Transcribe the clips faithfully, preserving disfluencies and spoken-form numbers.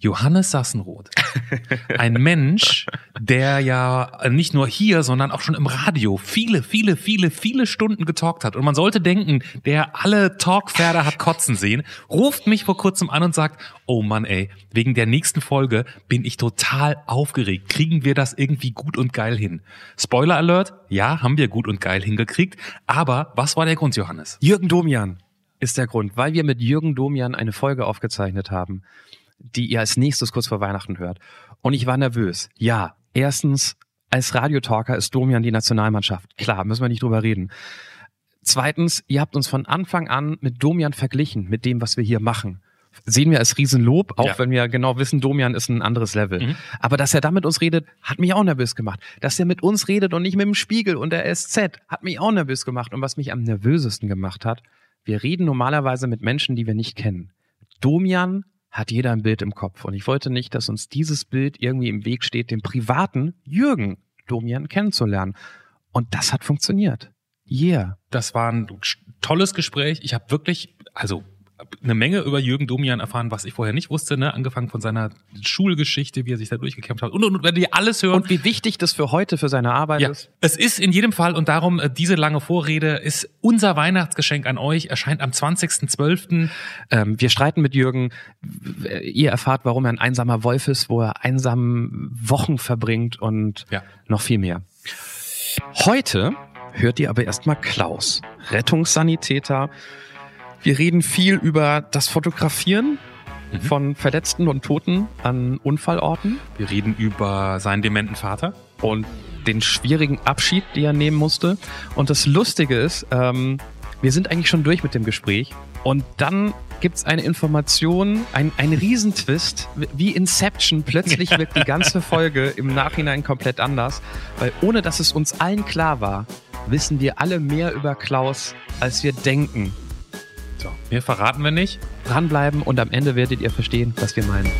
Johannes Sassenroth, ein Mensch, der ja nicht nur hier, sondern auch schon im Radio viele, viele, viele, viele Stunden getalkt hat. Und man sollte denken, der alle Talkpferde hat kotzen sehen, ruft mich vor kurzem an und sagt, oh Mann ey, wegen der nächsten Folge bin ich total aufgeregt. Kriegen wir das irgendwie gut und geil hin? Spoiler Alert, ja, haben wir gut und geil hingekriegt. Aber was war der Grund, Johannes? Jürgen Domian ist der Grund, weil wir mit Jürgen Domian eine Folge aufgezeichnet haben, die ihr als nächstes kurz vor Weihnachten hört. Und ich war nervös. Ja, erstens, als Radiotalker ist Domian die Nationalmannschaft. Klar, müssen wir nicht drüber reden. Zweitens, ihr habt uns von Anfang an mit Domian verglichen, mit dem, was wir hier machen. Sehen wir als Riesenlob, auch ja. wenn wir genau wissen, Domian ist ein anderes Level. Mhm. Aber dass er da mit uns redet, hat mich auch nervös gemacht. Dass er mit uns redet und nicht mit dem Spiegel und der S Z, hat mich auch nervös gemacht. Und was mich am nervösesten gemacht hat, wir reden normalerweise mit Menschen, die wir nicht kennen. Domian hat jeder ein Bild im Kopf. Und ich wollte nicht, dass uns dieses Bild irgendwie im Weg steht, den privaten Jürgen Domian kennenzulernen. Und das hat funktioniert. Yeah. Das war ein tolles Gespräch. Ich habe wirklich, also eine Menge über Jürgen Domian erfahren, was ich vorher nicht wusste, ne? Angefangen von seiner Schulgeschichte, wie er sich da durchgekämpft hat. Und, und, und wenn ihr alles hören. Und wie wichtig das für heute, für seine Arbeit ja, ist. Es ist in jedem Fall, und darum, diese lange Vorrede ist unser Weihnachtsgeschenk an euch, erscheint am zwanzigsten zwölften Ähm, wir streiten mit Jürgen. Ihr erfahrt, warum er ein einsamer Wolf ist, wo er einsam Wochen verbringt und ja. noch viel mehr. Heute hört ihr aber erstmal Klaus, Rettungssanitäter. Wir reden viel über das Fotografieren mhm. von Verletzten und Toten an Unfallorten. Wir reden über seinen dementen Vater. Und den schwierigen Abschied, den er nehmen musste. Und das Lustige ist, ähm, wir sind eigentlich schon durch mit dem Gespräch. Und dann gibt's eine Information, ein, ein Riesentwist, wie Inception. Plötzlich wird die ganze Folge im Nachhinein komplett anders. Weil ohne dass es uns allen klar war, wissen wir alle mehr über Klaus, als wir denken. So, mehr verraten wir nicht. Dranbleiben und am Ende werdet ihr verstehen, was wir meinen.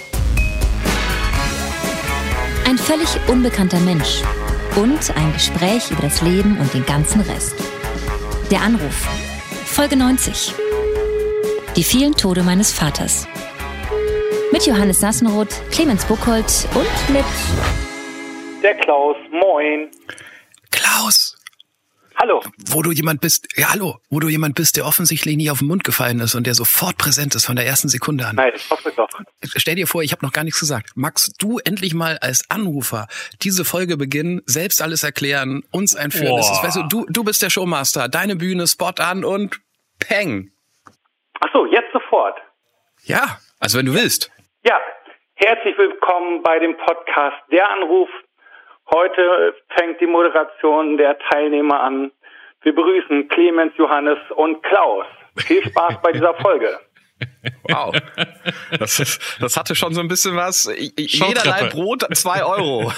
Ein völlig unbekannter Mensch und ein Gespräch über das Leben und den ganzen Rest. Der Anruf. Folge neunzig. Die vielen Tode meines Vaters. Mit Johannes Sassenroth, Clemens Buchholz und mit... Der Klaus. Moin. Klaus. Hallo. Wo du jemand bist, ja hallo, wo du jemand bist, der offensichtlich nie auf den Mund gefallen ist und der sofort präsent ist von der ersten Sekunde an. Nein, ich hoffe doch. Stell dir vor, ich habe noch gar nichts gesagt. Magst du endlich mal als Anrufer diese Folge beginnen, selbst alles erklären, uns einführen? Das ist, weißt du, du, du bist der Showmaster, deine Bühne, Spot an und Peng. Ach so, jetzt sofort. Ja, also wenn du willst. Ja, herzlich willkommen bei dem Podcast Der Anruf. Heute fängt die Moderation der Teilnehmer an. Wir begrüßen Clemens, Johannes und Klaus. Viel Spaß bei dieser Folge. Wow. Das, ist, das hatte schon so ein bisschen was. Jederlei Brot, zwei Euro.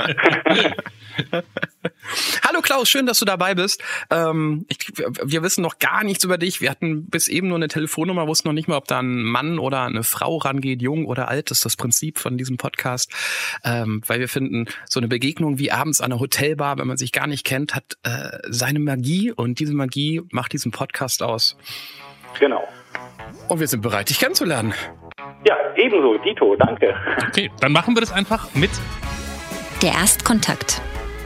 Hallo Klaus, schön, dass du dabei bist. Ähm, ich, wir wissen noch gar nichts über dich. Wir hatten bis eben nur eine Telefonnummer, wussten noch nicht mal, ob da ein Mann oder eine Frau rangeht, jung oder alt. Das ist das Prinzip von diesem Podcast. Ähm, weil wir finden, so eine Begegnung wie abends an einer Hotelbar, wenn man sich gar nicht kennt, hat äh, seine Magie. Und diese Magie macht diesen Podcast aus. Genau. Und wir sind bereit, dich kennenzulernen. Ja, ebenso. Dito, danke. Okay, dann machen wir das einfach mit der Erstkontakt.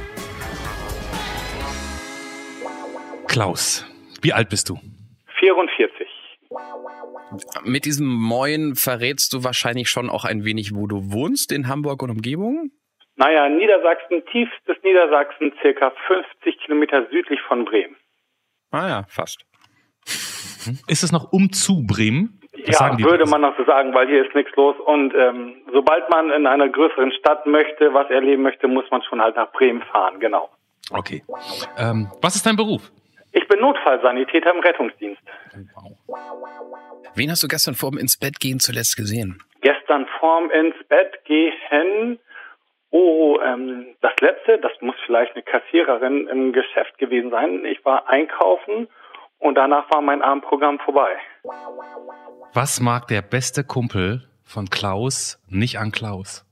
Klaus, wie alt bist du? vierundvierzig. Mit diesem Moin verrätst du wahrscheinlich schon auch ein wenig, wo du wohnst in Hamburg und Umgebung? Naja, Niedersachsen, tiefstes Niedersachsen, circa fünfzig Kilometer südlich von Bremen. Ah ja, fast. Ist es noch um zu Bremen? Was ja, würde man noch so sagen, weil hier ist nichts los. Und ähm, sobald man in einer größeren Stadt möchte, was erleben möchte, muss man schon halt nach Bremen fahren, genau. Okay. Ähm, was ist dein Beruf? Ich bin Notfallsanitäter im Rettungsdienst. Wow. Wen hast du gestern vorm ins Bett gehen zuletzt gesehen? Gestern vorm ins Bett gehen, oh, ähm, das letzte, das muss vielleicht eine Kassiererin im Geschäft gewesen sein. Ich war einkaufen und danach war mein Abendprogramm vorbei. Was mag der beste Kumpel von Klaus nicht an Klaus?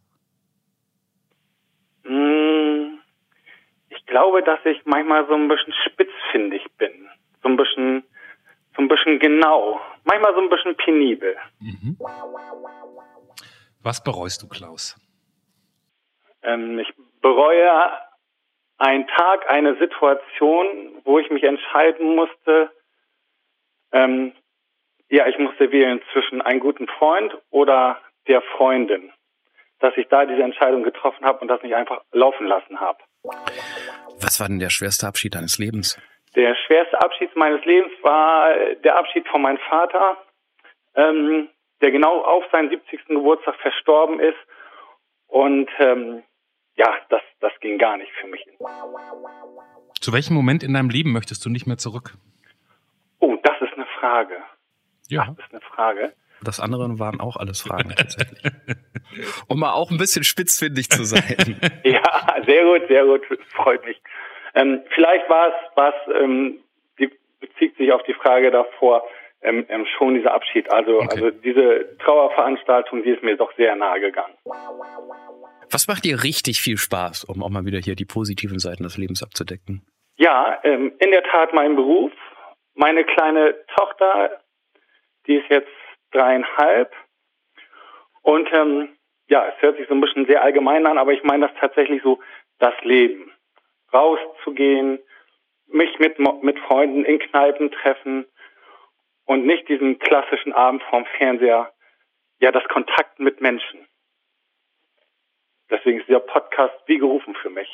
Ich glaube, dass ich manchmal so ein bisschen spitzfindig bin. So ein bisschen, so ein bisschen genau. Manchmal so ein bisschen penibel. Mhm. Was bereust du, Klaus? Ähm, ich bereue einen Tag, eine Situation, wo ich mich entscheiden musste, ähm, ja, ich musste wählen zwischen einem guten Freund oder der Freundin. Dass ich da diese Entscheidung getroffen habe und das nicht einfach laufen lassen habe. Was war denn der schwerste Abschied deines Lebens? Der schwerste Abschied meines Lebens war der Abschied von meinem Vater, ähm, der genau auf seinen siebzigsten Geburtstag verstorben ist. Und ähm, ja, das, das ging gar nicht für mich. Zu welchem Moment in deinem Leben möchtest du nicht mehr zurück? Oh, das ist eine Frage. Ja. Das ist eine Frage. Das andere waren auch alles Fragen tatsächlich. Um mal auch ein bisschen spitzfindig zu sein. Ja, sehr gut, sehr gut, freut mich. Ähm, vielleicht war es, was ähm, die bezieht sich auf die Frage davor, ähm, ähm, schon dieser Abschied. Also, Okay. also diese Trauerveranstaltung, die ist mir doch sehr nahe gegangen. Was macht dir richtig viel Spaß, um auch mal wieder hier die positiven Seiten des Lebens abzudecken? Ja, ähm, in der Tat mein Beruf. Meine kleine Tochter, die ist jetzt dreieinhalb. Und ähm, ja, es hört sich so ein bisschen sehr allgemein an, aber ich meine das tatsächlich so, das Leben. Rauszugehen, mich mit, mit Freunden in Kneipen treffen und nicht diesen klassischen Abend vorm Fernseher, ja, das Kontakt mit Menschen. Deswegen ist dieser Podcast wie gerufen für mich.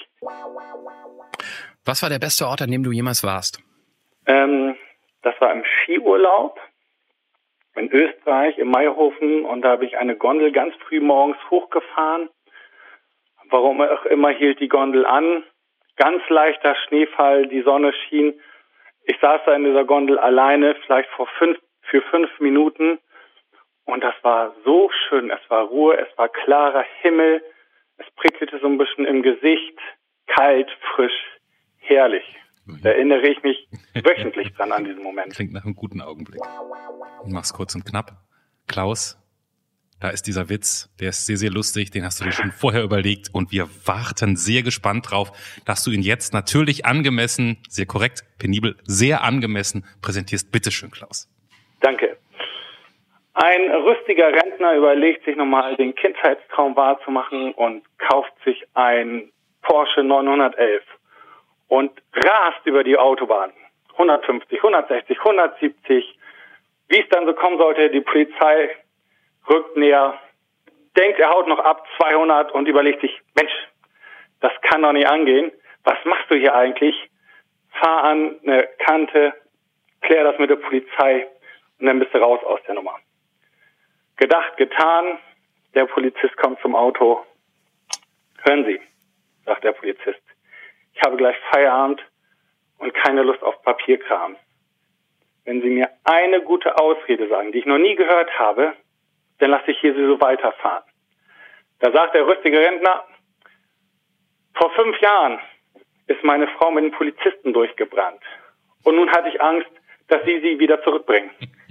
Was war der beste Ort, an dem du jemals warst? Ähm, das war im Skiurlaub in Österreich, im Mayhofen, und da habe ich eine Gondel ganz früh morgens hochgefahren. Warum auch immer hielt die Gondel an. Ganz leichter Schneefall, die Sonne schien. Ich saß da in dieser Gondel alleine, vielleicht vor fünf, für fünf Minuten. Und das war so schön. Es war Ruhe, es war klarer Himmel. Es prickelte so ein bisschen im Gesicht. Kalt, frisch, herrlich. Da erinnere ich mich wöchentlich dran an diesen Moment. Klingt nach einem guten Augenblick. Ich mach's kurz und knapp. Klaus, da ist dieser Witz, der ist sehr, sehr lustig, den hast du dir schon vorher überlegt und wir warten sehr gespannt drauf, dass du ihn jetzt natürlich angemessen, sehr korrekt, penibel, sehr angemessen präsentierst. Bitteschön, Klaus. Danke. Ein rüstiger Rentner überlegt sich nochmal, den Kindheitstraum wahrzumachen und kauft sich ein Porsche neunhundertelf und rast über die Autobahn. hundertfünfzig, hundertsechzig, hundertsiebzig. Wie es dann so kommen sollte, die Polizei rückt näher, denkt, er haut noch ab, zweihundert, und überlegt sich, Mensch, das kann doch nicht angehen. Was machst du hier eigentlich? Fahr an eine Kante, klär das mit der Polizei und dann bist du raus aus der Nummer. Gedacht, getan. Der Polizist kommt zum Auto. Hören Sie, sagt der Polizist, ich habe gleich Feierabend und keine Lust auf Papierkram. Wenn Sie mir eine gute Ausrede sagen, die ich noch nie gehört habe, dann lasse ich hier so weiterfahren. Da sagt der rüstige Rentner, vor fünf Jahren ist meine Frau mit den Polizisten durchgebrannt. Und nun hatte ich Angst, dass sie sie wieder zurückbringen.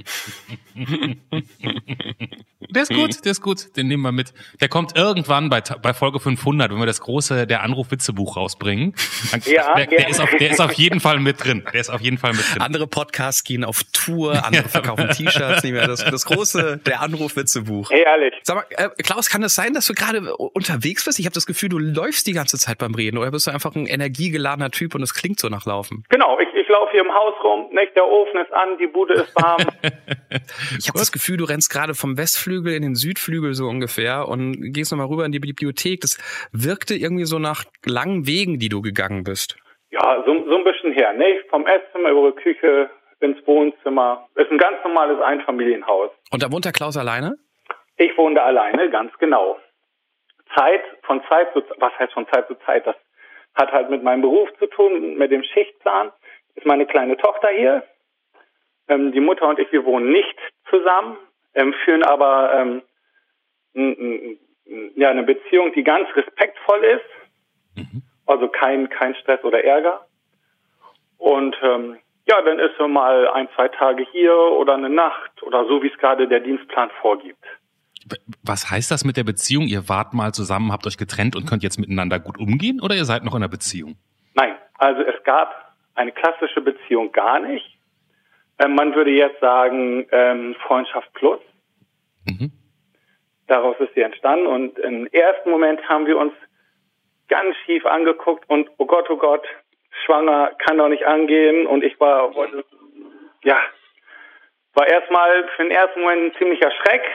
Der ist gut, der ist gut, den nehmen wir mit. Der kommt irgendwann bei, bei Folge fünfhundert, wenn wir das große Der Anruf-Witzebuch rausbringen. Dann, Ja, der, der, ja. ist auf, der ist auf jeden Fall mit drin. Der ist auf jeden Fall mit drin. Andere Podcasts gehen auf Tour, andere verkaufen T-Shirts, nicht mehr. Das, das große Der Anruf-Witzebuch. Ehrlich. Sag mal, äh, Klaus, kann es sein, dass du gerade unterwegs bist? Ich habe das Gefühl, du läufst die ganze Zeit beim Reden, oder bist du einfach ein energiegeladener Typ und es klingt so nach Laufen? Genau, ich, ich laufe hier im Haus rum, nicht? Der Ofen ist an, die Bude ist warm. Ich habe das Gefühl, du rennst gerade vom Westflügel in den Südflügel so ungefähr und gehst nochmal rüber in die Bibliothek. Das wirkte irgendwie so nach langen Wegen, die du gegangen bist. Ja, so, so ein bisschen her, ne? Vom Esszimmer über die Küche ins Wohnzimmer. Ist ein ganz normales Einfamilienhaus. Und da wohnt der Klaus alleine? Ich wohne da alleine, ganz genau. Zeit, von Zeit zu, was heißt von Zeit zu Zeit? Das hat halt mit meinem Beruf zu tun, mit dem Schichtplan. Ist meine kleine Tochter hier. Ähm, die Mutter und ich, wir wohnen nicht zusammen, ähm, führen aber ähm, n, n, n, ja, eine Beziehung, die ganz respektvoll ist. Mhm. Also kein, kein Stress oder Ärger. Und ähm, ja, dann ist so mal ein, zwei Tage hier oder eine Nacht oder so, wie es gerade der Dienstplan vorgibt. Was heißt das mit der Beziehung? Ihr wart mal zusammen, habt euch getrennt und könnt jetzt miteinander gut umgehen, oder ihr seid noch in einer Beziehung? Nein, also es gab eine klassische Beziehung gar nicht. Ähm, man würde jetzt sagen ähm, Freundschaft plus. Mhm. daraus ist sie entstanden. Und im ersten Moment haben wir uns ganz schief angeguckt und oh Gott, oh Gott, schwanger kann doch nicht angehen. Und ich war, wollte, ja, war erstmal für den ersten Moment ein ziemlicher Schreck.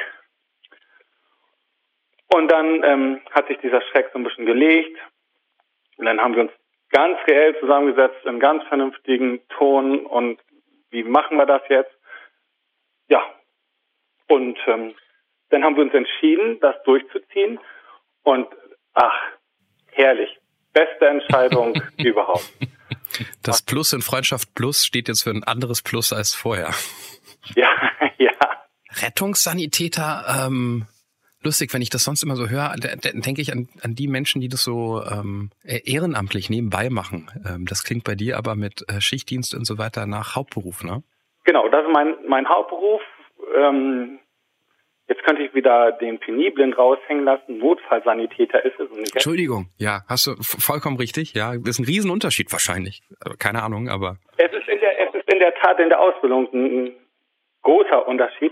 Und dann ähm, hat sich dieser Schreck so ein bisschen gelegt. Und dann haben wir uns ganz reell zusammengesetzt, in ganz vernünftigen Ton. Und wie machen wir das jetzt? Ja, und ähm, dann haben wir uns entschieden, das durchzuziehen. Und ach, herrlich. Beste Entscheidung überhaupt. Das Plus in Freundschaft Plus steht jetzt für ein anderes Plus als vorher. Ja, ja. Rettungssanitäter, ähm, lustig, wenn ich das sonst immer so höre, dann denke ich an, an die Menschen, die das so ähm, ehrenamtlich nebenbei machen. Ähm, das klingt bei dir aber mit äh, Schichtdienst und so weiter nach Hauptberuf, ne? Genau, das ist mein, mein Hauptberuf. Ähm, Jetzt könnte ich wieder den Peniblen raushängen lassen. Notfallsanitäter ist es. Und nicht. Entschuldigung, ja, hast du vollkommen richtig. Ja, das ist ein Riesenunterschied wahrscheinlich. Keine Ahnung, aber... Es ist in der, es ist in der Tat in der Ausbildung ein großer Unterschied.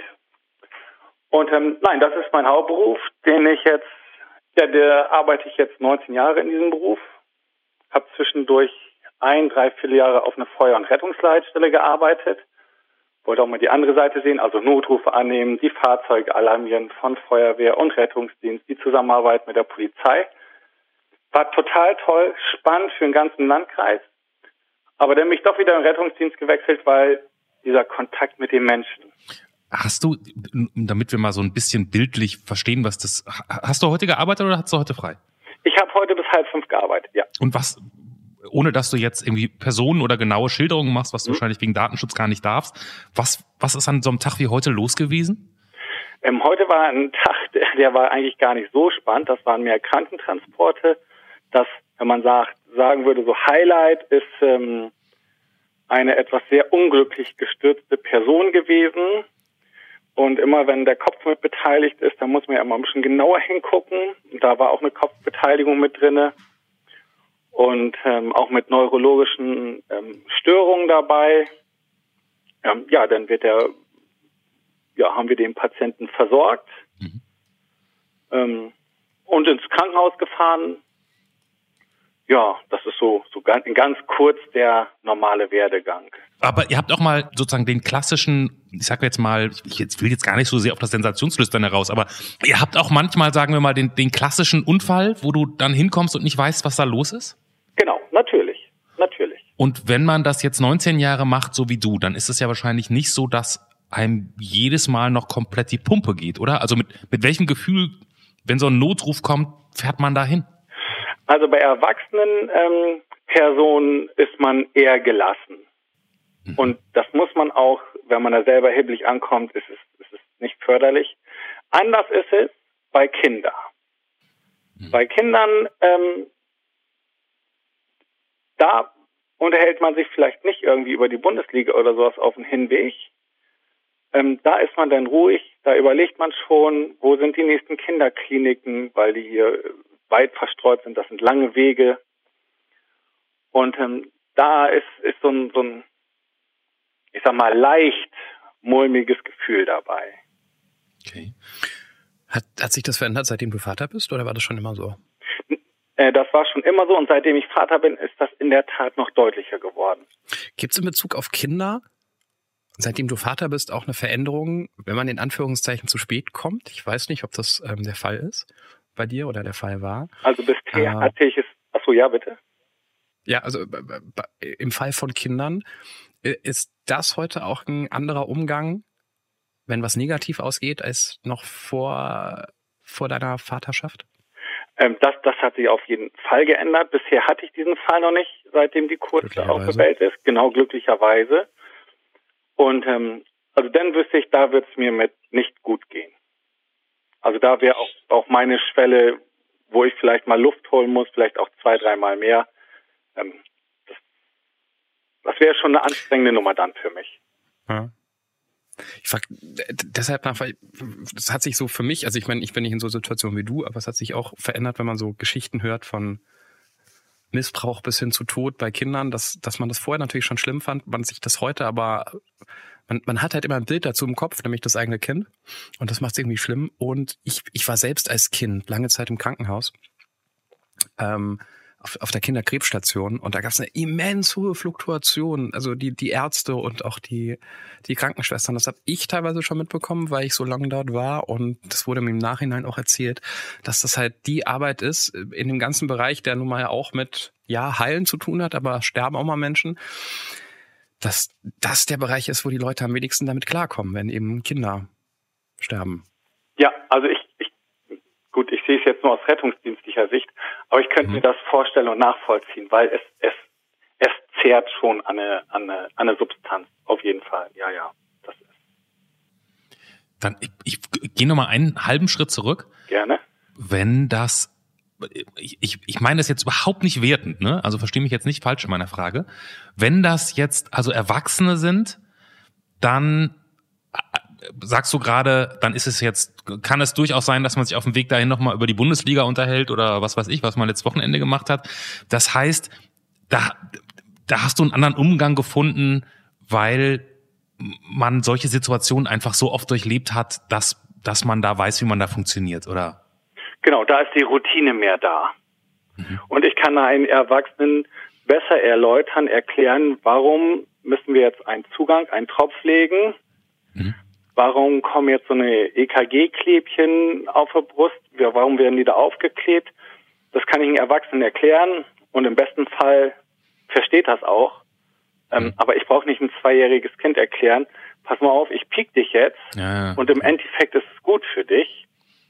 Und ähm, nein, das ist mein Hauptberuf, den ich jetzt, ja, der arbeite ich jetzt neunzehn Jahre in diesem Beruf. Habe zwischendurch ein, drei, vier Jahre auf einer Feuer- und Rettungsleitstelle gearbeitet. Wollte auch mal die andere Seite sehen, also Notrufe annehmen, die Fahrzeuge alarmieren von Feuerwehr und Rettungsdienst, die Zusammenarbeit mit der Polizei. War total toll, spannend für den ganzen Landkreis. Aber dann bin ich doch wieder im Rettungsdienst gewechselt, weil dieser Kontakt mit den Menschen. Hast du, damit wir mal so ein bisschen bildlich verstehen, was das, hast du heute gearbeitet oder hast du heute frei? Ich habe heute bis halb fünf gearbeitet, ja. Und was, ohne dass du jetzt irgendwie Personen oder genaue Schilderungen machst, was du mhm. wahrscheinlich wegen Datenschutz gar nicht darfst, was, was ist an so einem Tag wie heute los gewesen? Ähm, heute war ein Tag, der, der war eigentlich gar nicht so spannend. Das waren mehr Krankentransporte. Das, wenn man sagt, sagen würde, so Highlight ist ähm, eine etwas sehr unglücklich gestürzte Person gewesen. Und immer wenn der Kopf mit beteiligt ist, dann muss man ja immer ein bisschen genauer hingucken. Und da war auch eine Kopfbeteiligung mit drinne. Und ähm, auch mit neurologischen ähm, Störungen dabei. Ähm, ja, dann wird der, ja, haben wir den Patienten versorgt mhm. ähm, und ins Krankenhaus gefahren. Ja, das ist so, so ganz, ganz kurz der normale Werdegang. Aber ihr habt auch mal sozusagen den klassischen, ich sag jetzt mal, ich jetzt will jetzt gar nicht so sehr auf das Sensationslüstern heraus, aber ihr habt auch manchmal, sagen wir mal, den, den klassischen Unfall, wo du dann hinkommst und nicht weißt, was da los ist? Genau, natürlich, natürlich. Und wenn man das jetzt neunzehn Jahre macht, so wie du, dann ist es ja wahrscheinlich nicht so, dass einem jedes Mal noch komplett die Pumpe geht, oder? Also mit, mit welchem Gefühl, wenn so ein Notruf kommt, fährt man da hin? Also bei erwachsenen ähm, Personen ist man eher gelassen. Mhm. Und das muss man auch, wenn man da selber hibbelig ankommt, ist es, ist es nicht förderlich. Anders ist es bei Kindern. Mhm. Bei Kindern, ähm, da unterhält man sich vielleicht nicht irgendwie über die Bundesliga oder sowas auf dem Hinweg. Ähm, da ist man dann ruhig, da überlegt man schon, wo sind die nächsten Kinderkliniken, weil die hier weit verstreut sind, das sind lange Wege. Und ähm, da ist, ist so ein, so ein, ich sag mal, leicht mulmiges Gefühl dabei. Okay. Hat, hat sich das verändert, seitdem du Vater bist, oder war das schon immer so? Das war schon immer so, und seitdem ich Vater bin, ist das in der Tat noch deutlicher geworden. Gibt es in Bezug auf Kinder, seitdem du Vater bist, auch eine Veränderung, wenn man in Anführungszeichen zu spät kommt? Ich weiß nicht, ob das ähm, der Fall ist bei dir oder der Fall war. Also bisher äh, hatte ich es, achso, ja, bitte. Ja, also im Fall von Kindern, ist das heute auch ein anderer Umgang, wenn was negativ ausgeht, als noch vor, vor deiner Vaterschaft? Ähm, das, das hat sich auf jeden Fall geändert. Bisher hatte ich diesen Fall noch nicht, seitdem die Kurze auf der Welt ist. Genau, glücklicherweise. Und ähm, also dann wüsste ich, da wird es mir mit nicht gut gehen. Also da wäre auch, auch meine Schwelle, wo ich vielleicht mal Luft holen muss, vielleicht auch zwei, dreimal mehr. Ähm, das das wäre schon eine anstrengende Nummer dann für mich. Ja. Ich frage deshalb nach, weil das hat sich so für mich, also ich meine, ich bin nicht in so Situationen wie du, aber es hat sich auch verändert, wenn man so Geschichten hört von Missbrauch bis hin zu Tod bei Kindern, dass, dass man das vorher natürlich schon schlimm fand, man sich das heute aber man, man hat halt immer ein Bild dazu im Kopf, nämlich das eigene Kind. Und das macht es irgendwie schlimm. Und ich, ich war selbst als Kind lange Zeit im Krankenhaus, ähm, auf, auf der Kinderkrebsstation. Und da gab es eine immens hohe Fluktuation. Also die, die Ärzte und auch die, die Krankenschwestern. Das habe ich teilweise schon mitbekommen, weil ich so lange dort war. Und das wurde mir im Nachhinein auch erzählt, dass das halt die Arbeit ist in dem ganzen Bereich, der nun mal ja auch mit, ja, Heilen zu tun hat, aber sterben auch mal Menschen, dass das der Bereich ist, wo die Leute am wenigsten damit klarkommen, wenn eben Kinder sterben. Ja, also ich, ich gut, ich sehe es jetzt nur aus rettungsdienstlicher Sicht, aber ich könnte mhm. mir das vorstellen und nachvollziehen, weil es es es zehrt schon an eine, an eine, an eine Substanz, auf jeden Fall. Ja, ja, das ist. Dann, ich, ich gehe nochmal einen halben Schritt zurück. Gerne. Wenn das, ich, ich, ich meine das jetzt überhaupt nicht wertend, ne? Also verstehe mich jetzt nicht falsch in meiner Frage. Wenn das jetzt also Erwachsene sind, dann sagst du gerade, dann ist es jetzt, kann es durchaus sein, dass man sich auf dem Weg dahin nochmal über die Bundesliga unterhält oder was weiß ich, was man letztes Wochenende gemacht hat. Das heißt, da, da hast du einen anderen Umgang gefunden, weil man solche Situationen einfach so oft durchlebt hat, dass, dass man da weiß, wie man da funktioniert, oder? Genau, da ist die Routine mehr da. Mhm. Und ich kann einen Erwachsenen besser erläutern, erklären, warum müssen wir jetzt einen Zugang, einen Tropf legen, mhm. Warum kommen jetzt so eine E K G-Klebchen auf der Brust? Warum werden die da aufgeklebt? Das kann ich einem Erwachsenen erklären und im besten Fall versteht das auch. Ähm, mhm. Aber ich brauche nicht ein zweijähriges Kind erklären, pass mal auf, ich piek dich jetzt ja, ja. und im Endeffekt ist es gut für dich.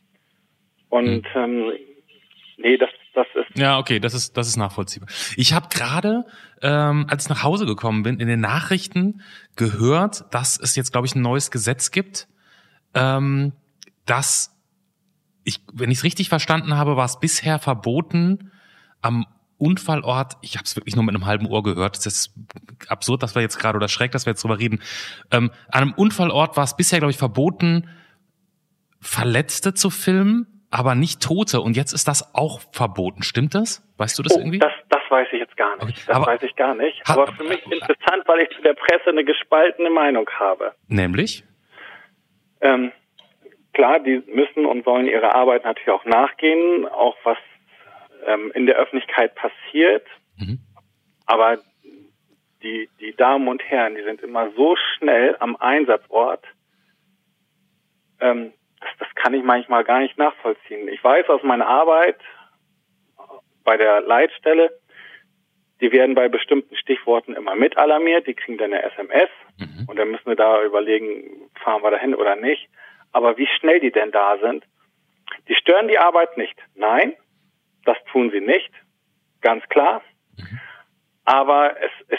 Und mhm. ähm, nee, das das ist... Ja, okay, das ist das ist nachvollziehbar. Ich habe gerade, ähm, als ich nach Hause gekommen bin, in den Nachrichten gehört, dass es jetzt, glaube ich, ein neues Gesetz gibt, ähm, dass, ich, wenn ich es richtig verstanden habe, war es bisher verboten, am Unfallort, ich habe es wirklich nur mit einem halben Ohr gehört, es ist absurd, dass wir jetzt gerade, oder schräg, dass wir jetzt drüber reden, ähm, an einem Unfallort war es bisher, glaube ich, verboten, Verletzte zu filmen, aber nicht Tote. Und jetzt ist das auch verboten. Stimmt das? Weißt du das oh, irgendwie? Das, das weiß ich jetzt gar nicht. Okay, das aber, weiß ich gar nicht. Hat, aber für mich interessant, weil ich zu der Presse eine gespaltene Meinung habe. Nämlich? Ähm, klar, die müssen und sollen ihrer Arbeit natürlich auch nachgehen, auch was ähm, in der Öffentlichkeit passiert. Mhm. Aber die, die Damen und Herren, die sind immer so schnell am Einsatzort, ähm, Das, das kann ich manchmal gar nicht nachvollziehen. Ich weiß aus meiner Arbeit bei der Leitstelle, die werden bei bestimmten Stichworten immer mit alarmiert, die kriegen dann eine S M S mhm. und dann müssen wir da überlegen, fahren wir dahin oder nicht. Aber wie schnell die denn da sind, die stören die Arbeit nicht. Nein, das tun sie nicht, ganz klar. Mhm. Aber es ist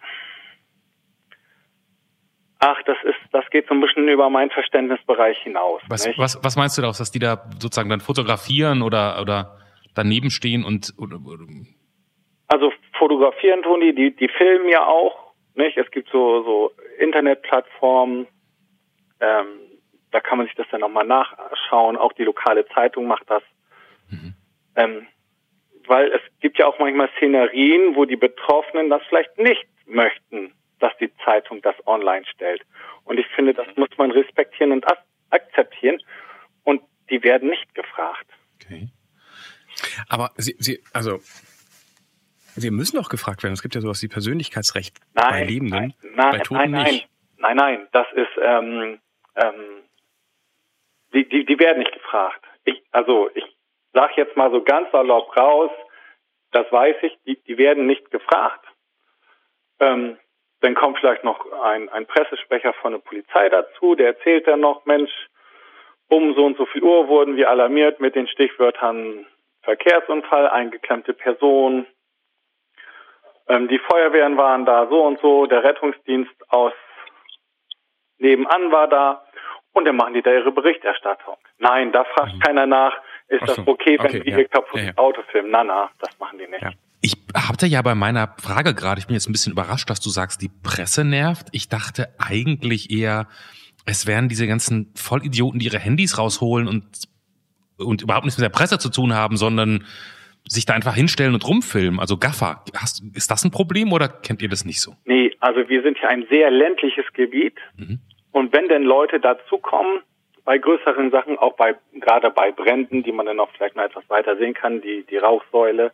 Ach, das ist, das geht so ein bisschen über meinen Verständnisbereich hinaus. Was, was, was meinst du daraus, dass die da sozusagen dann fotografieren oder, oder daneben stehen und, oder, oder? Also fotografieren tun die, die, die filmen ja auch, nicht? Es gibt so, so Internetplattformen, ähm, da kann man sich das dann nochmal nachschauen. Auch die lokale Zeitung macht das. Mhm. Ähm, weil es gibt ja auch manchmal Szenerien, wo die Betroffenen das vielleicht nicht möchten, dass die Zeitung das online stellt. Und ich finde, das muss man respektieren und akzeptieren. Und die werden nicht gefragt. Okay. Aber Sie, Sie, also, Sie müssen doch gefragt werden. Es gibt ja sowas wie Persönlichkeitsrecht nein, bei Lebenden, nein, nein, bei Toten nein, nicht. Nein, nein, nein, das ist, ähm, ähm, die, die, die werden nicht gefragt. Ich, also, ich sage jetzt mal so ganz salopp raus, das weiß ich, die, die werden nicht gefragt. Ähm, Dann kommt vielleicht noch ein, ein Pressesprecher von der Polizei dazu, der erzählt dann noch, Mensch, um so und so viel Uhr wurden wir alarmiert mit den Stichwörtern Verkehrsunfall, eingeklemmte Person, ähm, die Feuerwehren waren da, so und so, der Rettungsdienst aus nebenan war da und dann machen die da ihre Berichterstattung. Nein, da fragt mhm. keiner nach, ist so. Das okay, wenn okay, wir hier ja. kaputtes ja, ja. Auto filmen? Na, na, das machen die nicht. Ja. Ich hatte ja bei meiner Frage gerade, ich bin jetzt ein bisschen überrascht, dass du sagst, die Presse nervt. Ich dachte eigentlich eher, es wären diese ganzen Vollidioten, die ihre Handys rausholen und, und überhaupt nichts mit der Presse zu tun haben, sondern sich da einfach hinstellen und rumfilmen, also Gaffer. Hast, ist das ein Problem oder kennt ihr das nicht so? Nee, also wir sind hier ein sehr ländliches Gebiet. Mhm. Und wenn denn Leute dazukommen, bei größeren Sachen, auch bei gerade bei Bränden, die man dann auch vielleicht noch etwas weiter sehen kann, die die Rauchsäule,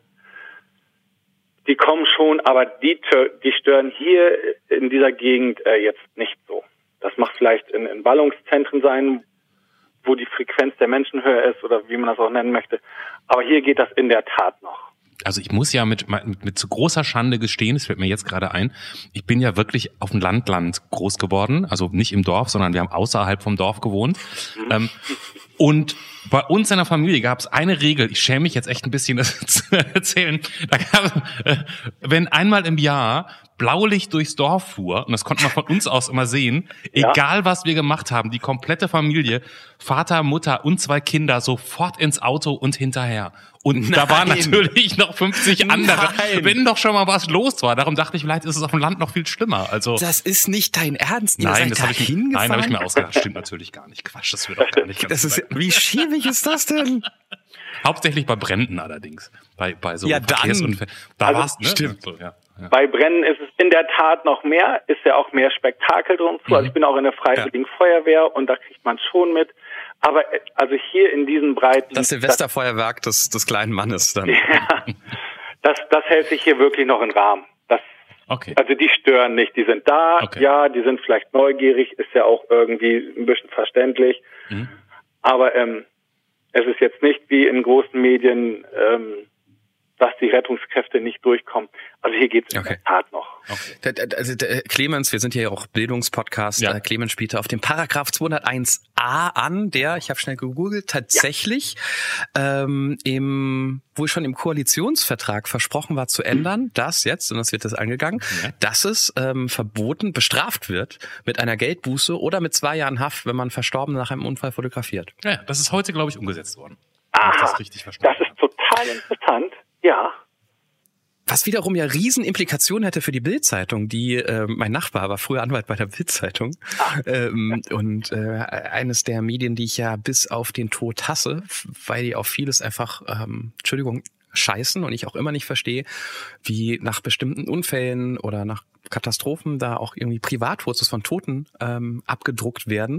die kommen schon, aber die, die stören hier in dieser Gegend äh, jetzt nicht so. Das macht vielleicht in, in Ballungszentren sein, wo die Frequenz der Menschen höher ist oder wie man das auch nennen möchte. Aber hier geht das in der Tat noch. Also ich muss ja mit, mit, mit zu großer Schande gestehen, es fällt mir jetzt gerade ein, ich bin ja wirklich auf dem Landland groß geworden, also nicht im Dorf, sondern wir haben außerhalb vom Dorf gewohnt. Mhm. Ähm, und bei uns in der Familie gab es eine Regel, ich schäme mich jetzt echt ein bisschen, das zu erzählen, da gab, äh, wenn einmal im Jahr Blaulicht durchs Dorf fuhr, und das konnte man von uns aus immer sehen, ja. Egal was wir gemacht haben, die komplette Familie, Vater, Mutter und zwei Kinder sofort ins Auto und hinterher. Und Nein. da waren natürlich noch fünfzig andere, Nein. wenn doch schon mal was los war. Darum dachte ich, vielleicht ist es auf dem Land noch viel schlimmer. Also das ist nicht dein Ernst. Ihr Nein, das habe ich, nein, hab ich mir ausgedacht. Stimmt natürlich gar nicht. Quatsch, das wird doch gar nicht. Das ist, wie schäbig ist das denn? Hauptsächlich bei Bränden allerdings. Bei, bei so ja, Verkehrsunfällen. Da also, war's, ne? Stimmt. So, ja, ja. Bei Brennen ist es in der Tat noch mehr, ist ja auch mehr Spektakel drum zu. Mhm. Also ich bin auch in der Freiwilligen ja. Feuerwehr und da kriegt man schon mit. Aber also hier in diesen Breiten... Das Silvesterfeuerwerk des, des kleinen Mannes dann. Ja, das, das hält sich hier wirklich noch in Rahmen. Das, okay. Also die stören nicht. Die sind da, okay. ja, die sind vielleicht neugierig, ist ja auch irgendwie ein bisschen verständlich. Mhm. Aber ähm, es ist jetzt nicht wie in großen Medien, ähm, dass die Rettungskräfte nicht durchkommen. Also hier geht's okay. in der Tat noch. Okay. Also Clemens, wir sind hier ja auch Bildungspodcast. Ja. Clemens spielte auf dem Paragraph zweihunderteins a an, der, ich habe schnell gegoogelt, tatsächlich ja. ähm, im, wohl schon im Koalitionsvertrag versprochen war zu ändern, dass jetzt, und das wird das angegangen, ja. dass es ähm, verboten, bestraft wird mit einer Geldbuße oder mit zwei Jahren Haft, wenn man Verstorbene nach einem Unfall fotografiert. Ja, das ist heute, glaube ich, umgesetzt worden. Ah, das, richtig verstanden das ist total interessant. Ja. Was wiederum ja riesen Implikationen hätte für die Bild-Zeitung, die, äh, mein Nachbar war früher Anwalt bei der Bild-Zeitung ähm, und äh, eines der Medien, die ich ja bis auf den Tod hasse, weil die auf vieles einfach, ähm, Entschuldigung, scheißen und ich auch immer nicht verstehe, wie nach bestimmten Unfällen oder nach Katastrophen da auch irgendwie Privatfotos von Toten ähm, abgedruckt werden.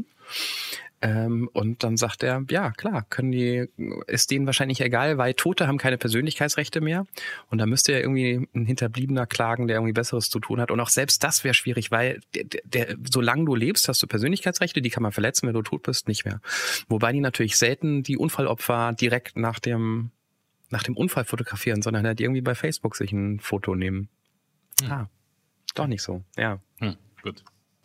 Ähm, und dann sagt er, ja klar, können die, ist denen wahrscheinlich egal, weil Tote haben keine Persönlichkeitsrechte mehr und da müsste ja irgendwie ein Hinterbliebener klagen, der irgendwie Besseres zu tun hat und auch selbst das wäre schwierig, weil der, der, solange du lebst, hast du Persönlichkeitsrechte, die kann man verletzen, wenn du tot bist, nicht mehr. Wobei die natürlich selten die Unfallopfer direkt nach dem nach dem Unfall fotografieren, sondern halt irgendwie bei Facebook sich ein Foto nehmen. Hm. Ah, doch nicht so, ja. Hm, gut.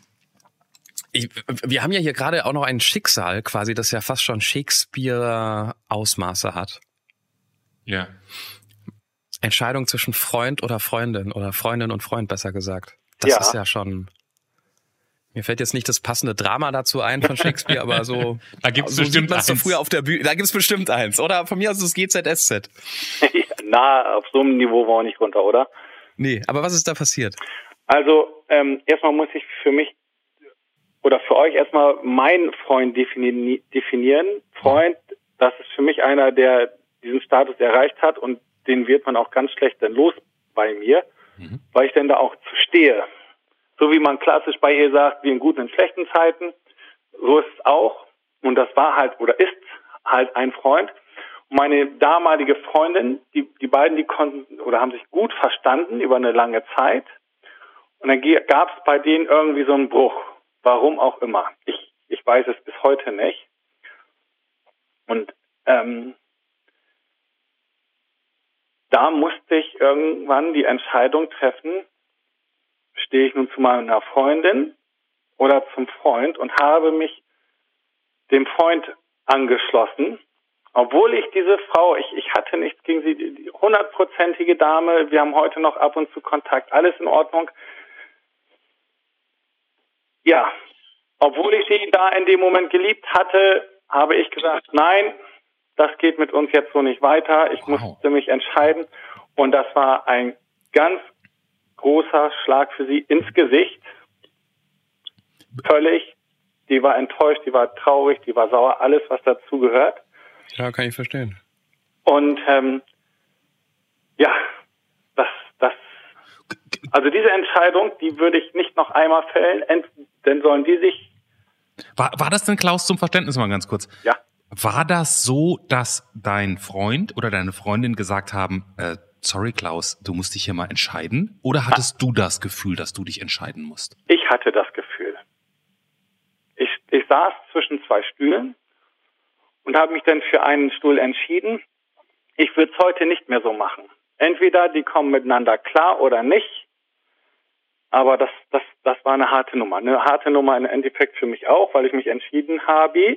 Ich, wir haben ja hier gerade auch noch ein Schicksal quasi, das ja fast schon Shakespeare-Ausmaße hat. Ja. Entscheidung zwischen Freund oder Freundin oder Freundin und Freund, besser gesagt. Das ja. ist ja schon... Mir fällt jetzt nicht das passende Drama dazu ein von Shakespeare, aber so, da gibt's so bestimmt sieht man es so früher auf der Bühne. Da gibt's bestimmt eins. Oder von mir aus das G Z S Z. Na, auf so einem Niveau war auch nicht runter, oder? Nee, aber was ist da passiert? Also, ähm, erstmal muss ich für mich oder für euch erstmal meinen Freund defini- definieren. Freund, das ist für mich einer, der diesen Status erreicht hat und den wird man auch ganz schlecht dann los bei mir, mhm. weil ich dann da auch zu stehe. So wie man klassisch bei ihr sagt, wie in guten und schlechten Zeiten, so ist es auch. Und das war halt oder ist halt ein Freund. Und meine damalige Freundin, die, die beiden, die konnten oder haben sich gut verstanden über eine lange Zeit. Und dann gab es bei denen irgendwie so einen Bruch. Warum auch immer. Ich, ich weiß es bis heute nicht. Und ähm, da musste ich irgendwann die Entscheidung treffen, stehe ich nun zu meiner Freundin oder zum Freund und habe mich dem Freund angeschlossen, obwohl ich diese Frau, ich, ich hatte nichts gegen sie, die hundertprozentige Dame, wir haben heute noch ab und zu Kontakt, alles in Ordnung. Ja, obwohl ich sie da in dem Moment geliebt hatte, habe ich gesagt, nein, das geht mit uns jetzt so nicht weiter. Ich wow. musste mich entscheiden. Und das war ein ganz großer Schlag für sie ins Gesicht. Völlig. Die war enttäuscht, die war traurig, die war sauer, alles, was dazu gehört. Ja, kann ich verstehen. Und ähm, Also diese Entscheidung, die würde ich nicht noch einmal fällen, Ent- denn sollen die sich... War, war das denn, Klaus, zum Verständnis mal ganz kurz? Ja. War das so, dass dein Freund oder deine Freundin gesagt haben, äh, sorry Klaus, du musst dich hier mal entscheiden? Oder hattest ah. du das Gefühl, dass du dich entscheiden musst? Ich hatte das Gefühl. Ich, ich saß zwischen zwei Stühlen und habe mich dann für einen Stuhl entschieden. Ich würde es heute nicht mehr so machen. Entweder die kommen miteinander klar oder nicht. Aber das, das, das war eine harte Nummer. Eine harte Nummer im Endeffekt für mich auch, weil ich mich entschieden habe.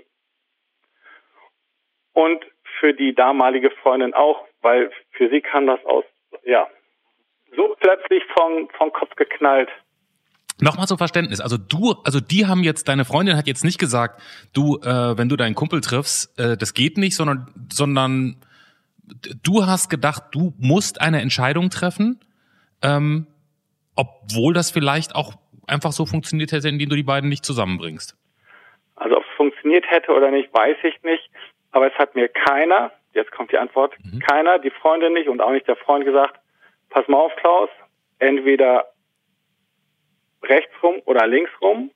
Und für die damalige Freundin auch, weil für sie kam das aus, ja, so plötzlich vom, vom Kopf geknallt. Nochmal zum Verständnis. Also du, also die haben jetzt, deine Freundin hat jetzt nicht gesagt, du, äh, wenn du deinen Kumpel triffst, äh, das geht nicht, sondern, sondern du hast gedacht, du musst eine Entscheidung treffen, ähm, obwohl das vielleicht auch einfach so funktioniert hätte, indem du die beiden nicht zusammenbringst. Also ob es funktioniert hätte oder nicht, weiß ich nicht. Aber es hat mir keiner, jetzt kommt die Antwort, mhm. keiner, die Freundin nicht und auch nicht der Freund gesagt, pass mal auf, Klaus, entweder rechts rum oder links rum.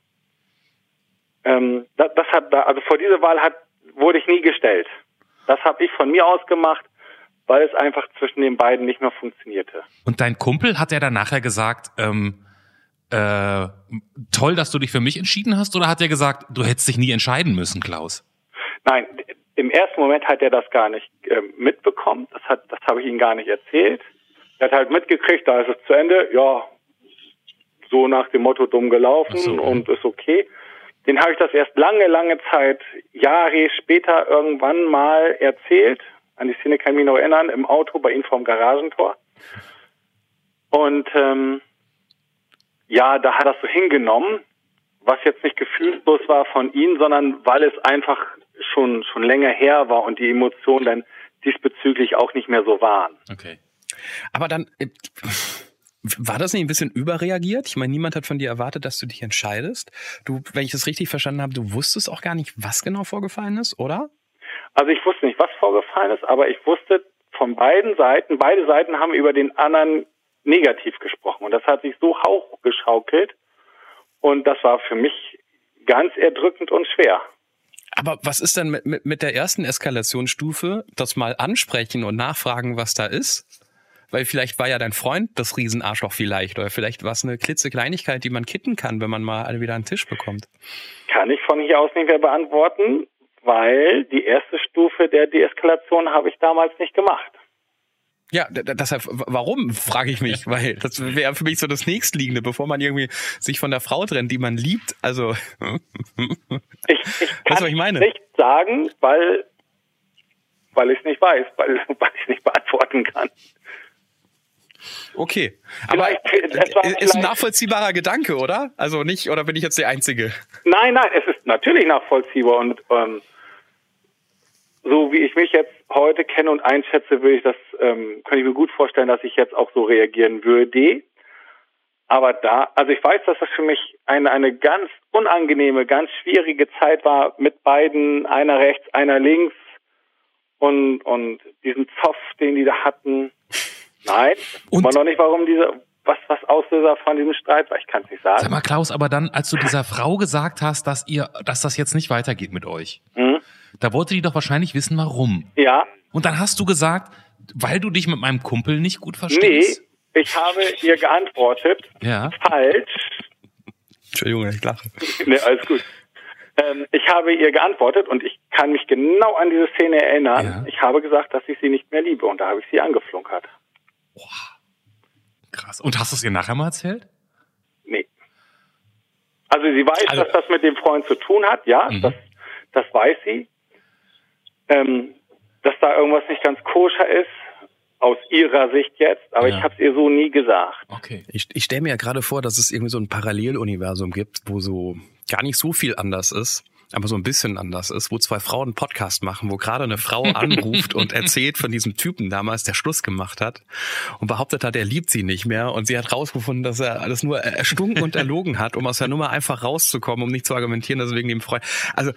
Ähm, das, das hat, also vor diese Wahl hat, wurde ich nie gestellt. Das habe ich von mir aus gemacht, weil es einfach zwischen den beiden nicht mehr funktionierte. Und dein Kumpel, hat er dann nachher gesagt, ähm, äh, toll, dass du dich für mich entschieden hast, oder hat er gesagt, du hättest dich nie entscheiden müssen, Klaus? Nein, im ersten Moment hat er das gar nicht äh, mitbekommen. Das hat, das habe ich ihm gar nicht erzählt. Er hat halt mitgekriegt, da ist es zu Ende. Ja, so nach dem Motto dumm gelaufen so, okay. Und ist okay. Den habe ich das erst lange, lange Zeit, Jahre später irgendwann mal erzählt. An die Szene kann ich mich noch erinnern, im Auto bei ihm vorm Garagentor. Und ähm, ja, da hat er es so hingenommen, was jetzt nicht gefühlslos war von ihm, sondern weil es einfach schon schon länger her war und die Emotionen dann diesbezüglich auch nicht mehr so waren. Okay. Aber dann, äh, war das nicht ein bisschen überreagiert? Ich meine, niemand hat von dir erwartet, dass du dich entscheidest. Du, wenn ich das richtig verstanden habe, du wusstest auch gar nicht, was genau vorgefallen ist, oder? Also ich wusste nicht, was vorgefallen ist, aber ich wusste von beiden Seiten, beide Seiten haben über den anderen negativ gesprochen. Und das hat sich so hochgeschaukelt. Und das war für mich ganz erdrückend und schwer. Aber was ist denn mit, mit, mit der ersten Eskalationsstufe, das mal ansprechen und nachfragen, was da ist? Weil vielleicht war ja dein Freund das Riesenarschloch vielleicht, oder vielleicht war es eine klitzekleinigkeit, die man kitten kann, wenn man mal alle wieder an den Tisch bekommt. Kann ich von hier aus nicht mehr beantworten, weil die erste Stufe der Deeskalation habe ich damals nicht gemacht. Ja, deshalb, warum, frage ich mich, weil das wäre für mich so das Nächstliegende, bevor man irgendwie sich von der Frau trennt, die man liebt. Also, ich, ich kann weißt du, was ich meine? nicht sagen, weil, weil ich es nicht weiß, weil, weil ich es nicht beantworten kann. Okay, aber vielleicht, ist ein nachvollziehbarer Gedanke, oder? Also nicht, oder bin ich jetzt der Einzige? Nein, nein, es ist natürlich nachvollziehbar und ähm, so wie ich mich jetzt heute kenne und einschätze, würde ich das, ähm, kann ich mir gut vorstellen, dass ich jetzt auch so reagieren würde. Aber da, also ich weiß, dass das für mich eine, eine ganz unangenehme, ganz schwierige Zeit war mit beiden, einer rechts, einer links und, und diesen Zoff, den die da hatten. Nein, und weiß noch nicht, warum diese, was, was Auslöser von diesem Streit war, ich kann es nicht sagen. Sag mal, Klaus, aber dann, als du dieser Frau gesagt hast, dass ihr, dass das jetzt nicht weitergeht mit euch, mhm. da wollte die doch wahrscheinlich wissen, warum. Ja. Und dann hast du gesagt, weil du dich mit meinem Kumpel nicht gut verstehst? Nee, ich habe ihr geantwortet, ja. falsch. Entschuldigung, ich lache. Nee, alles gut. Ähm, ich habe ihr geantwortet und ich kann mich genau an diese Szene erinnern. Ja. Ich habe gesagt, dass ich sie nicht mehr liebe und da habe ich sie angeflunkert. Boah. Krass. Und hast du es ihr nachher mal erzählt? Nee. Also sie weiß, also, dass das mit dem Freund zu tun hat, ja, mhm. das, das weiß sie. Ähm, dass da irgendwas nicht ganz koscher ist, aus ihrer Sicht jetzt, aber ja. ich habe es ihr so nie gesagt. Okay. Ich, ich stelle mir ja gerade vor, dass es irgendwie so ein Paralleluniversum gibt, wo so gar nicht so viel anders ist, aber so ein bisschen anders ist, wo zwei Frauen einen Podcast machen, wo gerade eine Frau anruft und erzählt von diesem Typen damals, der Schluss gemacht hat und behauptet hat, er liebt sie nicht mehr und sie hat rausgefunden, dass er alles nur erstunken und erlogen hat, um aus der Nummer einfach rauszukommen, um nicht zu argumentieren, dass er wegen dem Freund... Also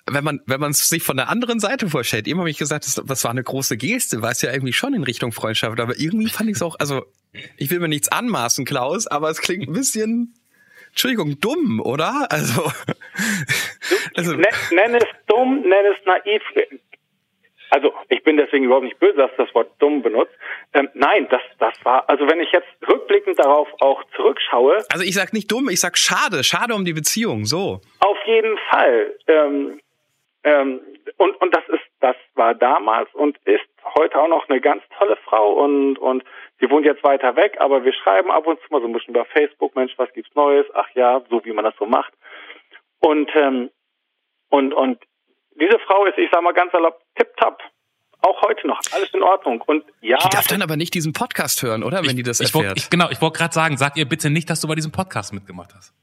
wenn man wenn man es sich von der anderen Seite vorstellt, eben habe ich gesagt, das, das war eine große Geste, war es ja irgendwie schon in Richtung Freundschaft, aber irgendwie fand ich es auch, also ich will mir nichts anmaßen, Klaus, aber es klingt ein bisschen, Entschuldigung, dumm, oder? Also, also nenn, nenn es dumm, nenn es naiv. Also ich bin deswegen überhaupt nicht böse, dass du das Wort dumm benutzt. Ähm, nein, das das war, also wenn ich jetzt rückblickend darauf auch zurückschaue. Also ich sag nicht dumm, ich sag schade, schade um die Beziehung, so. Auf jeden Fall. Ähm, ähm, und und das ist, das war damals und ist heute auch noch eine ganz tolle Frau und und sie wohnt jetzt weiter weg, aber wir schreiben ab und zu mal so ein bisschen über Facebook, Mensch, was gibt's Neues? Ach ja, so wie man das so macht. Und ähm, und und diese Frau ist, ich sag mal ganz salopp, tipptopp. Auch heute noch. Alles in Ordnung. Und ja. Die darf dann aber nicht diesen Podcast hören, oder? Wenn ich, die das ich erfährt. Wollt, ich, genau, ich wollte gerade sagen, sag ihr bitte nicht, dass du bei diesem Podcast mitgemacht hast.